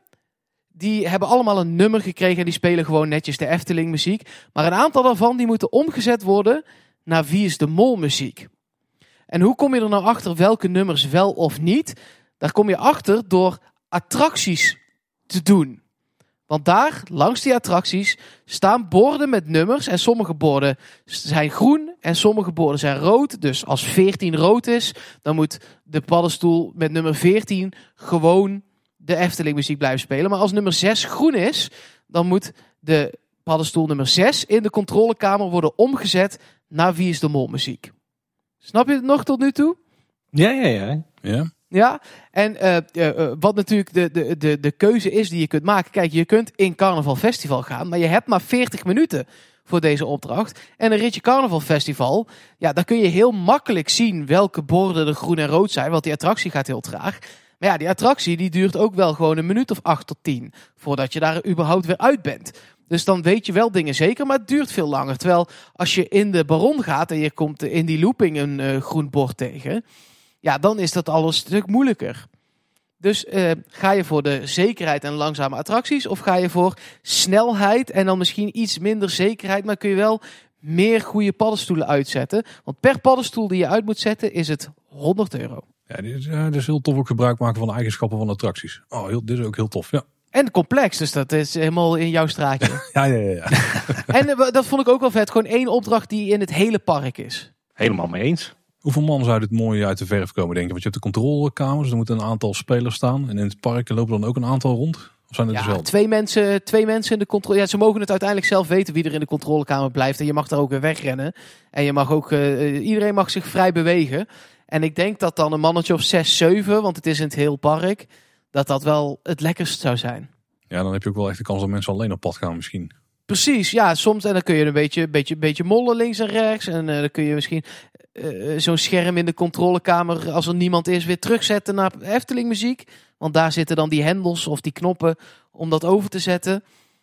die hebben allemaal een nummer gekregen en die spelen gewoon netjes de Efteling muziek. Maar een aantal daarvan die moeten omgezet worden naar Wie is de Mol muziek. En hoe kom je er nou achter welke nummers wel of niet? Daar kom je achter door attracties te doen. Want daar, langs die attracties, staan borden met nummers. En sommige borden zijn groen en sommige borden zijn rood. Dus als veertien rood is, dan moet de paddenstoel met nummer veertien gewoon de Efteling muziek blijven spelen. Maar als nummer zes groen is, dan moet de paddenstoel nummer zes in de controlekamer worden omgezet naar Wie is de Mol muziek. Snap je het nog tot nu toe? Ja, ja, ja. Ja. Ja, en uh, uh, wat natuurlijk de, de, de, de keuze is die je kunt maken. Kijk, je kunt in Carnaval Festival gaan, maar je hebt maar veertig minuten voor deze opdracht. En een ritje Carnaval Festival, ja, daar kun je heel makkelijk zien welke borden er groen en rood zijn, want die attractie gaat heel traag. Maar ja, die attractie die duurt ook wel gewoon een minuut of acht tot tien voordat je daar überhaupt weer uit bent. Dus dan weet je wel dingen zeker, maar het duurt veel langer. Terwijl als je in de Baron gaat en je komt in die looping een uh, groen bord tegen, ja, dan is dat alles een stuk moeilijker. Dus uh, ga je voor de zekerheid en langzame attracties of ga je voor snelheid en dan misschien iets minder zekerheid, maar kun je wel meer goede paddenstoelen uitzetten. Want per paddenstoel die je uit moet zetten is het honderd euro. Ja, dit is, uh, dit is heel tof ook gebruik maken van de eigenschappen van de attracties. Oh, heel, dit is ook heel tof, ja. En complex, dus dat is helemaal in jouw straatje. ja, ja, ja. ja. En uh, dat vond ik ook wel vet. Gewoon één opdracht die in het hele park is. Helemaal mee eens. Hoeveel man zou dit mooi uit de verf komen, denk je? Want je hebt de controlekamers, er moeten een aantal spelers staan. En in het park lopen dan ook een aantal rond? Of zijn het ja, dezelfde? Twee mensen, twee mensen in de controle. Ja, ze mogen het uiteindelijk zelf weten wie er in de controlekamer blijft. En je mag daar ook weer wegrennen. En je mag ook, uh, iedereen mag zich vrij bewegen. En ik denk dat dan een mannetje of zes, zeven, want het is in het heel park, dat dat wel het lekkerst zou zijn. Ja, dan heb je ook wel echt de kans dat mensen alleen op pad gaan misschien. Precies, ja, soms. En dan kun je een beetje, beetje, beetje mollen links en rechts. En uh, dan kun je misschien uh, zo'n scherm in de controlekamer, als er niemand is, weer terugzetten naar Efteling muziek. Want daar zitten dan die hendels of die knoppen om dat over te zetten.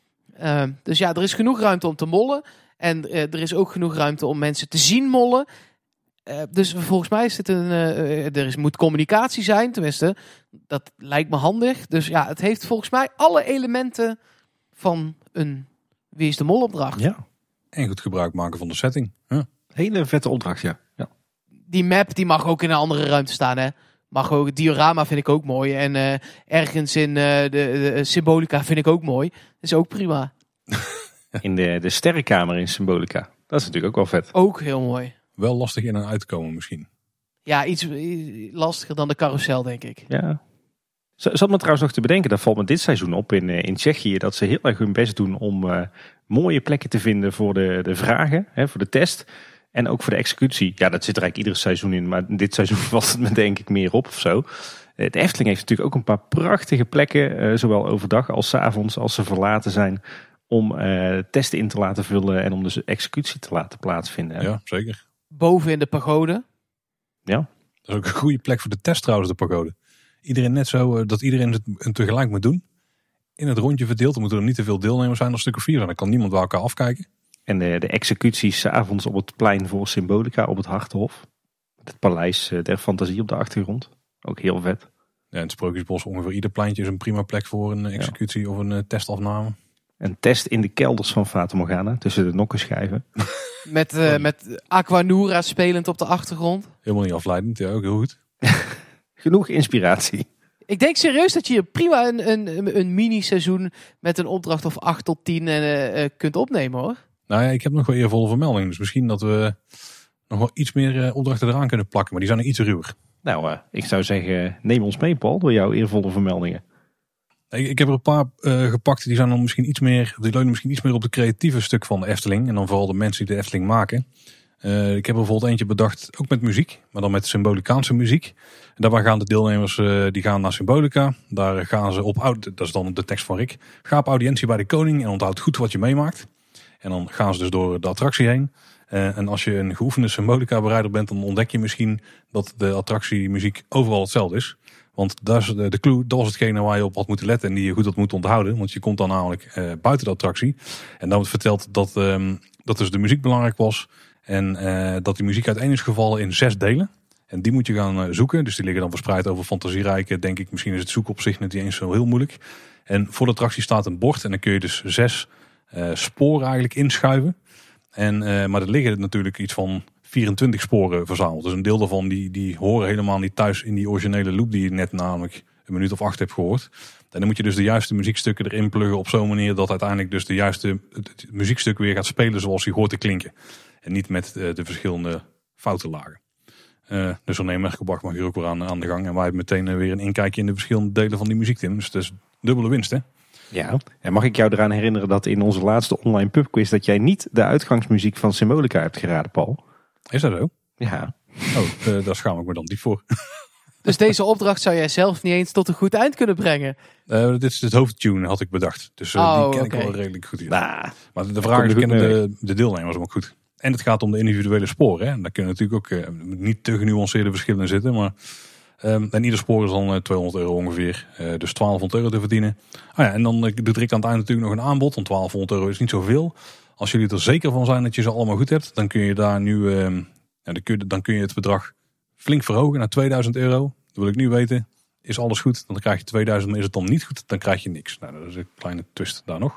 Uh, dus ja, er is genoeg ruimte om te mollen. En uh, er is ook genoeg ruimte om mensen te zien mollen. Uh, dus volgens mij is het een, uh, er is, moet communicatie zijn, tenminste. Dat lijkt me handig. Dus ja, het heeft volgens mij alle elementen van een Wie is de Mol opdracht. Ja. En goed gebruik maken van de setting. Ja. Hele vette opdracht, ja. ja. Die map die mag ook in een andere ruimte staan, hè. Mag ook, het diorama vind ik ook mooi. En uh, ergens in uh, de, de Symbolica vind ik ook mooi. Dat is ook prima. In de, de sterrenkamer in Symbolica. Dat is natuurlijk ook wel vet. Ook heel mooi. Wel lastig in en uitkomen misschien. Ja, iets lastiger dan de carousel, denk ik. Ja. Zat me trouwens nog te bedenken, dat valt me dit seizoen op in, in Tsjechië, dat ze heel erg hun best doen om uh, mooie plekken te vinden voor de, de vragen, hè, voor de test. En ook voor de executie. Ja, dat zit er eigenlijk ieder seizoen in, maar dit seizoen valt het me denk ik meer op of zo. De Efteling heeft natuurlijk ook een paar prachtige plekken, uh, zowel overdag als 's avonds, als ze verlaten zijn, om uh, testen in te laten vullen en om dus executie te laten plaatsvinden. Ja, zeker. Boven in de pagode. Ja. Dat is ook een goede plek voor de test trouwens, de pagode. Iedereen net zo, dat iedereen het tegelijk moet doen. In het rondje verdeeld, er moeten er niet te veel deelnemers zijn, als een stuk of vier zijn. Dan kan niemand bij elkaar afkijken. En de, de executies 's avonds op het plein voor Symbolica op het Hartenhof. Het paleis der fantasie op de achtergrond. Ook heel vet. Ja, in het Sprookjesbos ongeveer ieder pleintje is een prima plek voor een executie ja. of een testafname. Een test in de kelders van Fata Morgana, tussen de nokkenschijven. Met, uh, met Aquanura spelend op de achtergrond. Helemaal niet afleidend, ja, ook heel goed. Genoeg inspiratie. Ik denk serieus dat je hier prima een, een, een mini-seizoen met een opdracht of acht tot tien uh, uh, kunt opnemen, hoor. Nou ja, ik heb nog wel eervolle vermeldingen. Dus misschien dat we nog wel iets meer uh, opdrachten eraan kunnen plakken. Maar die zijn nog iets ruwer. Nou, uh, ik zou zeggen, neem ons mee, Paul, door jouw eervolle vermeldingen. Ik, ik heb er een paar uh, gepakt. Die zijn dan misschien iets meer, die leunen misschien iets meer op de creatieve stuk van de Efteling. En dan vooral de mensen die de Efteling maken. Uh, ik heb er bijvoorbeeld eentje bedacht, ook met muziek. Maar dan met Symbolicaanse muziek. En daarbij gaan de deelnemers uh, die gaan naar Symbolica. Daar gaan ze op, dat is dan de tekst van Rick. Ga op audiëntie bij de koning en onthoud goed wat je meemaakt. En dan gaan ze dus door de attractie heen. Uh, en als je een geoefende Symbolica-bereider bent, dan ontdek je misschien dat de attractiemuziek overal hetzelfde is. Want dat is de, de clue, dat was hetgene waar je op had moeten letten en die je goed had moeten onthouden. Want je komt dan namelijk uh, buiten de attractie. En dan wordt verteld dat, um, dat dus de muziek belangrijk was. En uh, dat die muziek uiteen is gevallen in zes delen. En die moet je gaan uh, zoeken. Dus die liggen dan verspreid over fantasierijken. Denk ik, misschien is het zoeken op zich niet eens zo heel moeilijk. En voor de attractie staat een bord. En dan kun je dus zes uh, sporen eigenlijk inschuiven. En, uh, maar er liggen natuurlijk iets van vierentwintig sporen verzameld. Dus een deel daarvan die, die horen helemaal niet thuis in die originele loop die je net namelijk een minuut of acht hebt gehoord. En dan moet je dus de juiste muziekstukken erin pluggen op zo'n manier dat uiteindelijk dus de juiste het muziekstuk weer gaat spelen zoals hij hoort te klinken. En niet met uh, de verschillende foute lagen. Uh, dus dan neem Merkelbach mag hier ook weer aan, aan de gang. En wij hebben meteen uh, weer een inkijkje in de verschillende delen van die muziek, Tim. Dus het is dubbele winst, hè? Ja, en mag ik jou eraan herinneren dat in onze laatste online pubquiz dat jij niet de uitgangsmuziek van Symbolica hebt geraden, Paul? Is dat zo? Ja. Oh, uh, daar schaam ik me dan niet voor. Dus deze opdracht zou jij zelf niet eens tot een goed eind kunnen brengen? Uh, dit is het hoofdtune, had ik bedacht. Dus uh, oh, die ken okay. ik wel redelijk goed. Nah, maar de, de vraag is, kennen de, de deelnemers hem ook goed? En het gaat om de individuele sporen. Hè? En daar kunnen natuurlijk ook uh, niet te genuanceerde verschillen zitten. Maar um, en ieder spoor is dan uh, tweehonderd euro ongeveer. Uh, dus twaalfhonderd euro te verdienen. Ah ja, en dan uh, doet Rick aan het eind natuurlijk nog een aanbod. Want twaalfhonderd euro is niet zoveel. Als jullie er zeker van zijn dat je ze allemaal goed hebt. Dan kun je daar nu uh, ja, dan, kun je, dan kun je het bedrag flink verhogen naar tweeduizend euro. Dat wil ik nu weten. Is alles goed? Dan krijg je tweeduizend. Maar is het dan niet goed? Dan krijg je niks. Nou, dat is een kleine twist daar nog.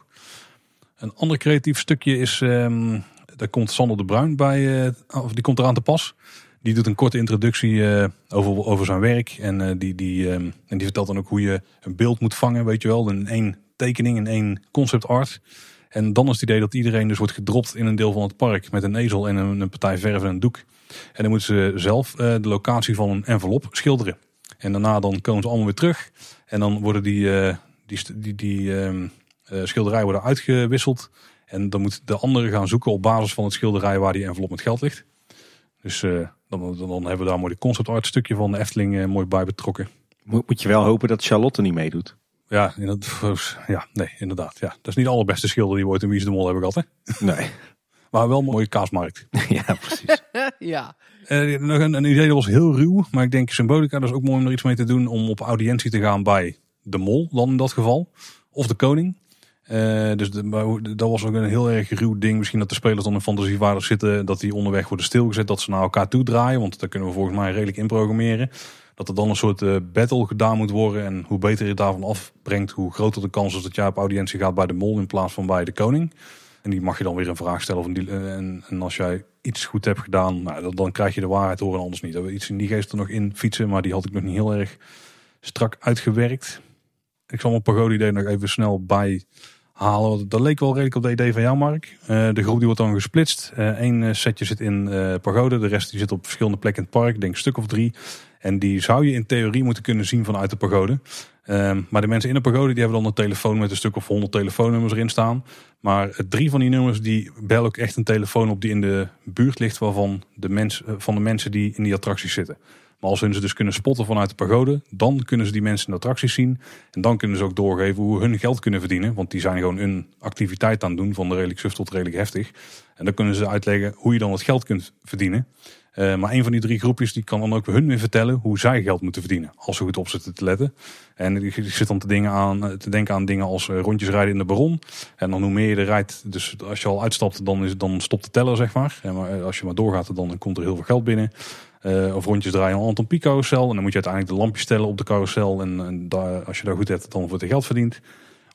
Een ander creatief stukje is... Um, Daar komt Sander de Bruin bij, uh, of die komt eraan te pas. Die doet een korte introductie uh, over, over zijn werk. En, uh, die, die, um, en die vertelt dan ook hoe je een beeld moet vangen, weet je wel. In één tekening, in één concept art. En dan is het idee dat iedereen dus wordt gedropt in een deel van het park. Met een ezel en een, een partij verf en een doek. En dan moeten ze zelf uh, de locatie van een envelop schilderen. En daarna dan komen ze allemaal weer terug. En dan worden die, uh, die, die, die um, uh, schilderijen worden uitgewisseld. En dan moet de andere gaan zoeken op basis van het schilderij waar die envelop met geld ligt. Dus uh, dan, dan hebben we daar mooi de concept art stukje van de Efteling uh, mooi bij betrokken. Moet, moet je wel hopen dat Charlotte niet meedoet. Ja, inderdaad, ja, nee, inderdaad. Ja. Dat is niet de allerbeste schilder die we ooit in Wie is de Mol hebben gehad, hè? Nee. Maar wel een mooie kaasmarkt. Ja, precies. Ja. Uh, nog een, een idee dat was heel ruw. Maar ik denk Symbolica, dat is ook mooi om er iets mee te doen. Om op audiëntie te gaan bij de Mol, dan in dat geval. Of de koning. Uh, dus de, dat was ook een heel erg ruw ding. Misschien dat de spelers dan in fantasiewaardig zitten. Dat die onderweg worden stilgezet. Dat ze naar elkaar toe draaien. Want dat kunnen we volgens mij redelijk inprogrammeren. Dat er dan een soort uh, battle gedaan moet worden. En hoe beter je het daarvan afbrengt. Hoe groter de kans is dat jij op audiëntie gaat bij de Mol. In plaats van bij de koning. En die mag je dan weer een vraag stellen. Van die, uh, en, en als jij iets goed hebt gedaan. Nou, dan, dan krijg je de waarheid horen en anders niet. Dat we iets in die geest er nog in fietsen. Maar die had ik nog niet heel erg strak uitgewerkt. Ik zal mijn pagode-idee nog even snel bij halen. Dat leek wel redelijk op de idee van jou, Mark. Uh, de groep die wordt dan gesplitst. Eén uh, setje zit in uh, pagode. De rest die zit op verschillende plekken in het park. Ik denk een stuk of drie. En die zou je in theorie moeten kunnen zien vanuit de pagode. Uh, maar de mensen in de pagode die hebben dan een telefoon met een stuk of honderd telefoonnummers erin staan. Maar uh, drie van die nummers die bellen ook echt een telefoon op die in de buurt ligt waarvan de mens, uh, van de mensen die in die attracties zitten. Maar als hun ze dus kunnen spotten vanuit de pagode, dan kunnen ze die mensen in de attracties zien. En dan kunnen ze ook doorgeven hoe hun geld kunnen verdienen. Want die zijn gewoon een activiteit aan het doen, van de redelijk suf tot redelijk heftig. En dan kunnen ze uitleggen hoe je dan het geld kunt verdienen. Uh, maar een van die drie groepjes die kan dan ook hun weer vertellen hoe zij geld moeten verdienen. Als ze goed op zitten te letten. En die zit dan te, dingen aan, te denken aan dingen als uh, rondjes rijden in de Baron. En dan hoe meer je er rijdt, dus als je al uitstapt, dan, is, dan stopt de teller, zeg maar. En maar als je maar doorgaat, dan komt er heel veel geld binnen. Uh, of rondjes draaien een Anton Pieck carousel. En dan moet je uiteindelijk de lampjes stellen op de carousel. En, en daar, als je daar goed hebt, dan wordt er geld verdiend.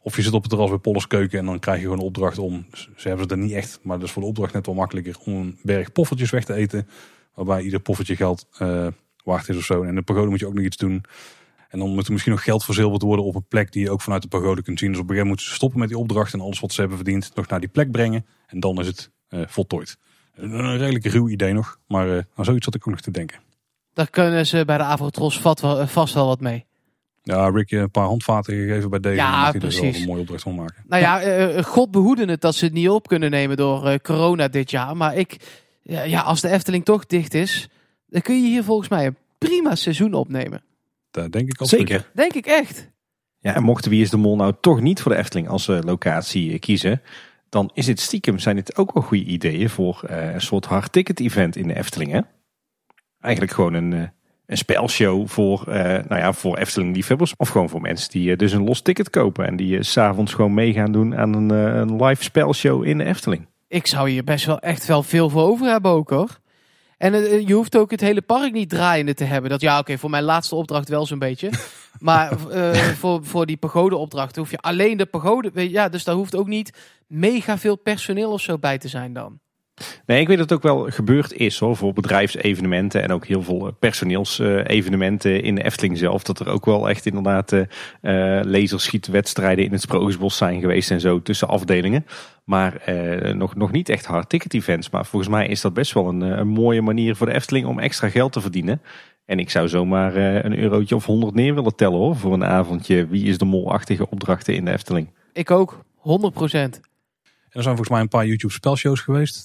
Of je zit op het terras bij Polles Keuken en dan krijg je gewoon een opdracht om, ze hebben het er niet echt, maar dat is voor de opdracht net wel makkelijker, om een berg poffertjes weg te eten. Waarbij ieder poffertje geld uh, waard is of zo. En in de pagode moet je ook nog iets doen. En dan moet er misschien nog geld verzilverd worden op een plek die je ook vanuit de pagode kunt zien. Dus op een gegeven moment moeten ze stoppen met die opdracht en alles wat ze hebben verdiend nog naar die plek brengen. En dan is het uh, voltooid. Een, een redelijk ruw idee nog, maar uh, aan zoiets zat ik ook nog te denken. Daar kunnen ze bij de Avrotros vast wel wat mee. Ja, Rick een paar handvaten gegeven bij deze. Ja, die precies. er wel een mooie opdracht van maken. Nou ja, uh, God behoede het dat ze het niet op kunnen nemen door uh, corona dit jaar. Maar ik, ja, ja, als de Efteling toch dicht is, dan kun je hier volgens mij een prima seizoen opnemen. Dat denk ik al. Zeker. Denk ik echt. Ja, en mochten Wie is de Mol nou toch niet voor de Efteling als uh, locatie uh, kiezen, dan is het stiekem, zijn dit ook wel goede ideeën voor uh, een soort hard ticket event in de Efteling. Hè? Eigenlijk gewoon een, uh, een spelshow voor, uh, nou ja, voor Efteling liefhebbers. Of gewoon voor mensen die uh, dus een los ticket kopen en die uh, 's avonds gewoon mee gaan doen aan een, uh, een live spelshow in de Efteling. Ik zou hier best wel echt wel veel voor over hebben ook hoor. En uh, je hoeft ook het hele park niet draaiende te hebben. Dat ja, oké, okay, voor mijn laatste opdracht wel zo'n beetje. Maar uh, voor, voor die pagode opdracht hoef je alleen de pagode. Ja, dus daar hoeft ook niet mega veel personeel of zo bij te zijn dan. Nee, ik weet dat het ook wel gebeurd is hoor, voor bedrijfsevenementen en ook heel veel personeelsevenementen in de Efteling zelf. Dat er ook wel echt inderdaad uh, laserschietwedstrijden in het Sprookjesbos zijn geweest en zo tussen afdelingen. Maar uh, nog, nog niet echt hard ticket events. Maar volgens mij is dat best wel een, een mooie manier voor de Efteling om extra geld te verdienen. En ik zou zomaar uh, een eurotje of honderd neer willen tellen hoor, voor een avondje Wie is de Mol-achtige opdrachten in de Efteling. Ik ook, honderd procent. En er zijn volgens mij een paar YouTube spelshows geweest.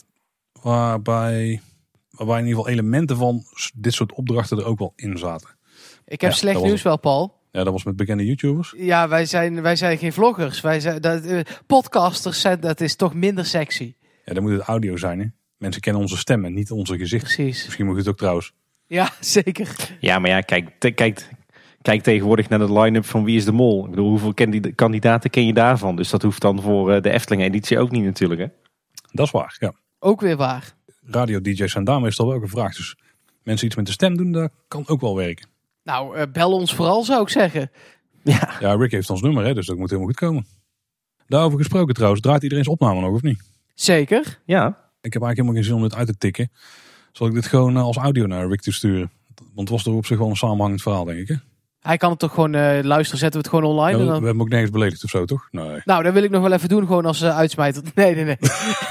Waarbij, waarbij in ieder geval elementen van dit soort opdrachten er ook wel in zaten. Ik heb ja, slecht nieuws wel, Paul. Ja, dat was met bekende YouTubers. Ja, wij zijn, wij zijn geen vloggers. Wij zijn, dat, uh, podcasters zijn, dat is toch minder sexy. Ja, dan moet het audio zijn. Hè? Mensen kennen onze stemmen, niet onze gezichten. Precies. Misschien moet je het ook trouwens. Ja, zeker. Ja, maar ja, kijk, te, kijk, kijk tegenwoordig naar de line-up van Wie is de Mol. Ik bedoel, hoeveel kandidaten ken je daarvan? Dus dat hoeft dan voor de Efteling-editie ook niet natuurlijk, hè? Dat is waar, ja. Ook weer waar. Radio-D J's zijn daar meestal wel gevraagd. Dus mensen iets met de stem doen, dat kan ook wel werken. Nou, uh, bel ons vooral, zou ik zeggen. Ja. Ja, Rick heeft ons nummer, hè, dus dat moet helemaal goed komen. Daarover gesproken trouwens, draait iedereen zijn opname nog, of niet? Zeker. Ja. Ik heb eigenlijk helemaal geen zin om dit uit te tikken. Zal ik dit gewoon als audio naar Rick toesturen? Want het was er op zich wel een samenhangend verhaal, denk ik, hè? Hij kan het toch gewoon uh, luisteren, zetten we het gewoon online. Ja, we, en dan... we hebben ook nergens beledigd of zo, toch? Nee. Nou, dat wil ik nog wel even doen, gewoon als uh, uitsmijter. Nee, nee, nee.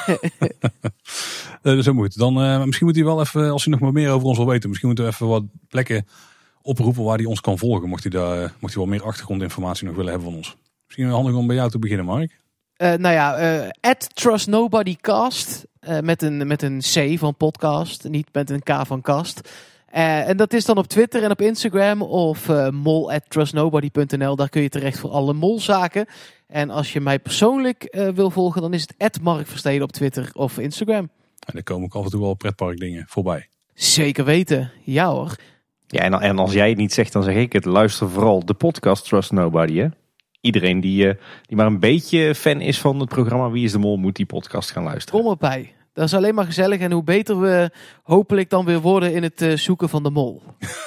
uh, zo moet. Dan, uh, misschien moet hij wel even, als hij nog maar meer over ons wil weten, misschien moeten we even wat plekken oproepen waar hij ons kan volgen. Mocht hij, daar, uh, mocht hij wel meer achtergrondinformatie nog willen hebben van ons. Misschien handig om bij jou te beginnen, Mark. Uh, nou ja, uh, at Trust Nobody Cast. Uh, met, een, met een C van podcast, niet met een K van kast. Uh, en dat is dan op Twitter en op Instagram of uh, mol at trustnobody punt n l. Daar kun je terecht voor alle molzaken. En als je mij persoonlijk uh, wil volgen, dan is het at Mark Versteden op Twitter of Instagram. En daar komen ook af en toe wel pretparkdingen voorbij. Zeker weten, ja hoor. Ja, en, en als jij het niet zegt, dan zeg ik het. Luister vooral de podcast Trust Nobody, hè. Iedereen die, uh, die maar een beetje fan is van het programma Wie is de Mol, moet die podcast gaan luisteren. Kom erbij. Dat is alleen maar gezellig. En hoe beter we hopelijk dan weer worden in het uh, zoeken van de mol.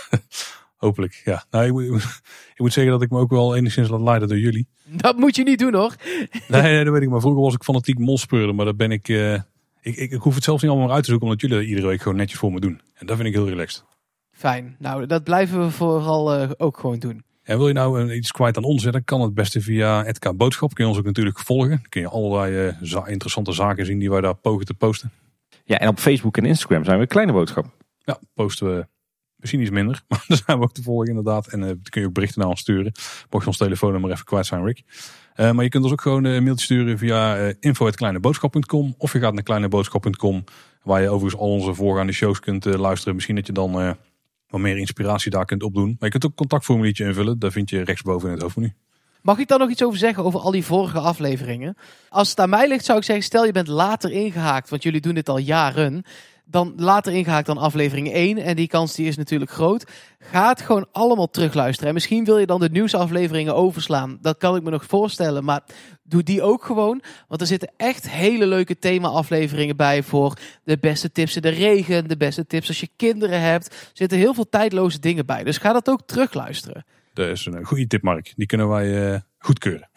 Hopelijk, ja. Nou, ik, moet, ik moet zeggen dat ik me ook wel enigszins laat leiden door jullie. Dat moet je niet doen hoor. Nee, nee, dat weet ik. Maar vroeger was ik fanatiek molspeurder. Maar dat ben ik, uh, ik, ik... Ik hoef het zelfs niet allemaal uit te zoeken. Omdat jullie dat iedere week gewoon netjes voor me doen. En dat vind ik heel relaxed. Fijn. Nou, dat blijven we vooral uh, ook gewoon doen. En wil je nou iets kwijt aan ons, dan kan het beste via het K Boodschap. Kun je ons ook natuurlijk volgen. Dan kun je allerlei uh, za- interessante zaken zien die wij daar pogen te posten. Ja, en op Facebook en Instagram zijn we een kleine boodschap. Ja, posten we misschien iets minder. Maar daar zijn we ook te volgen inderdaad. En uh, dan kun je ook berichten naar ons sturen. Mocht je ons telefoonnummer even kwijt zijn, Rick. Uh, maar je kunt ons ook gewoon een mailtje sturen via uh, info at kleineboodschap punt com. Of je gaat naar kleineboodschap punt com. Waar je overigens al onze voorgaande shows kunt uh, luisteren. Misschien dat je dan... Uh, wat meer inspiratie daar kunt opdoen. Maar je kunt ook een contactformuliertje invullen. Dat vind je rechtsboven in het hoofdmenu. Mag ik daar nog iets over zeggen over al die vorige afleveringen? Als het aan mij ligt zou ik zeggen, stel je bent later ingehaakt. Want jullie doen dit al jaren. Dan later ingehaakt dan aflevering één. En die kans die is natuurlijk groot. Ga het gewoon allemaal terugluisteren. En misschien wil je dan de nieuwsafleveringen overslaan. Dat kan ik me nog voorstellen. Maar doe die ook gewoon. Want er zitten echt hele leuke thema-afleveringen bij. Voor de beste tips in de regen. De beste tips als je kinderen hebt. Er zitten heel veel tijdloze dingen bij. Dus ga dat ook terugluisteren. Dat is een goede tip, Mark. Die kunnen wij uh, goedkeuren. Ja.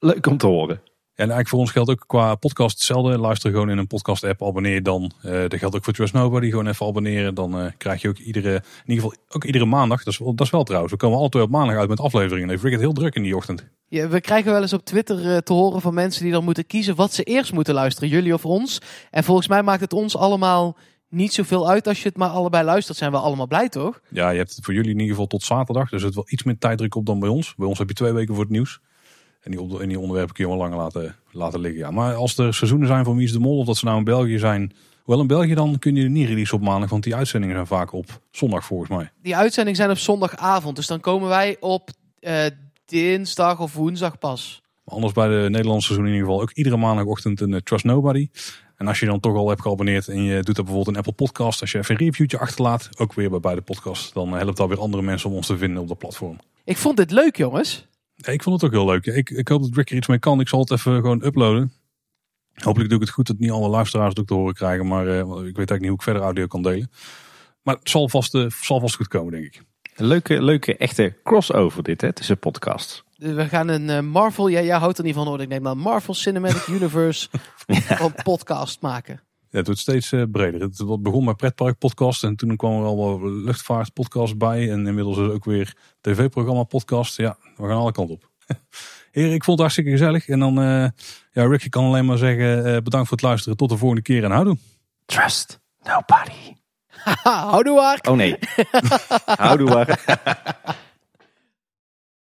Leuk om te horen. En eigenlijk voor ons geldt ook qua podcast hetzelfde. Luister gewoon in een podcast app, abonneer dan. Uh, dat geldt ook voor Trust Nobody. Gewoon even abonneren. Dan uh, krijg je ook iedere, in ieder geval ook iedere maandag. Dat is, dat is wel trouwens. We komen altijd op maandag uit met afleveringen. Dan heeft Rick het heel druk in die ochtend. Ja, we krijgen wel eens op Twitter uh, te horen van mensen die dan moeten kiezen wat ze eerst moeten luisteren. Jullie of ons. En volgens mij maakt het ons allemaal niet zoveel uit als je het maar allebei luistert. Zijn we allemaal blij, toch? Ja, je hebt het voor jullie in ieder geval tot zaterdag. Dus er zit wel iets meer tijddruk op dan bij ons. Bij ons heb je twee weken voor het nieuws. En die, op, en die onderwerpen kun je wel langer laten, laten liggen. Ja. Maar als er seizoenen zijn van Wie is de Mol, of dat ze nou in België zijn. Wel in België dan kun je er niet release op maandag. Want die uitzendingen zijn vaak op zondag volgens mij. Die uitzendingen zijn op zondagavond. Dus dan komen wij op uh, dinsdag of woensdag pas. Anders bij de Nederlandse seizoen in ieder geval ook iedere maandagochtend een uh, Trust Nobody. En als je dan toch al hebt geabonneerd en je doet dat bijvoorbeeld in Apple Podcast. Als je even een reviewtje achterlaat, ook weer bij beide podcasts. Dan helpt dat weer andere mensen om ons te vinden op dat platform. Ik vond dit leuk, jongens. Ja, ik vond het ook heel leuk. Ik, ik hoop dat Rick er iets mee kan. Ik zal het even gewoon uploaden. Hopelijk doe ik het goed dat niet alle luisteraars het ook te horen krijgen. Maar uh, ik weet eigenlijk niet hoe ik verder audio kan delen. Maar het zal vast, uh, zal vast goed komen, denk ik. Een leuke, leuke echte crossover dit, hè, tussen podcasts. We gaan een uh, Marvel, ja, jij houdt er niet van hoor, ik neem maar Marvel Cinematic Universe ja. podcast maken. Ja, het wordt steeds uh, breder. Het begon met pretpark podcast en toen kwam er al wel luchtvaart podcast bij. En inmiddels is ook weer tv-programma podcast. Ja, we gaan alle kanten op. Heren, ik vond het hartstikke gezellig. En dan, uh, ja, Rick, ik kan alleen maar zeggen uh, bedankt voor het luisteren. Tot de volgende keer en houdoe. Trust nobody. Haha, houdoe waar. Oh nee. Houdoe waar.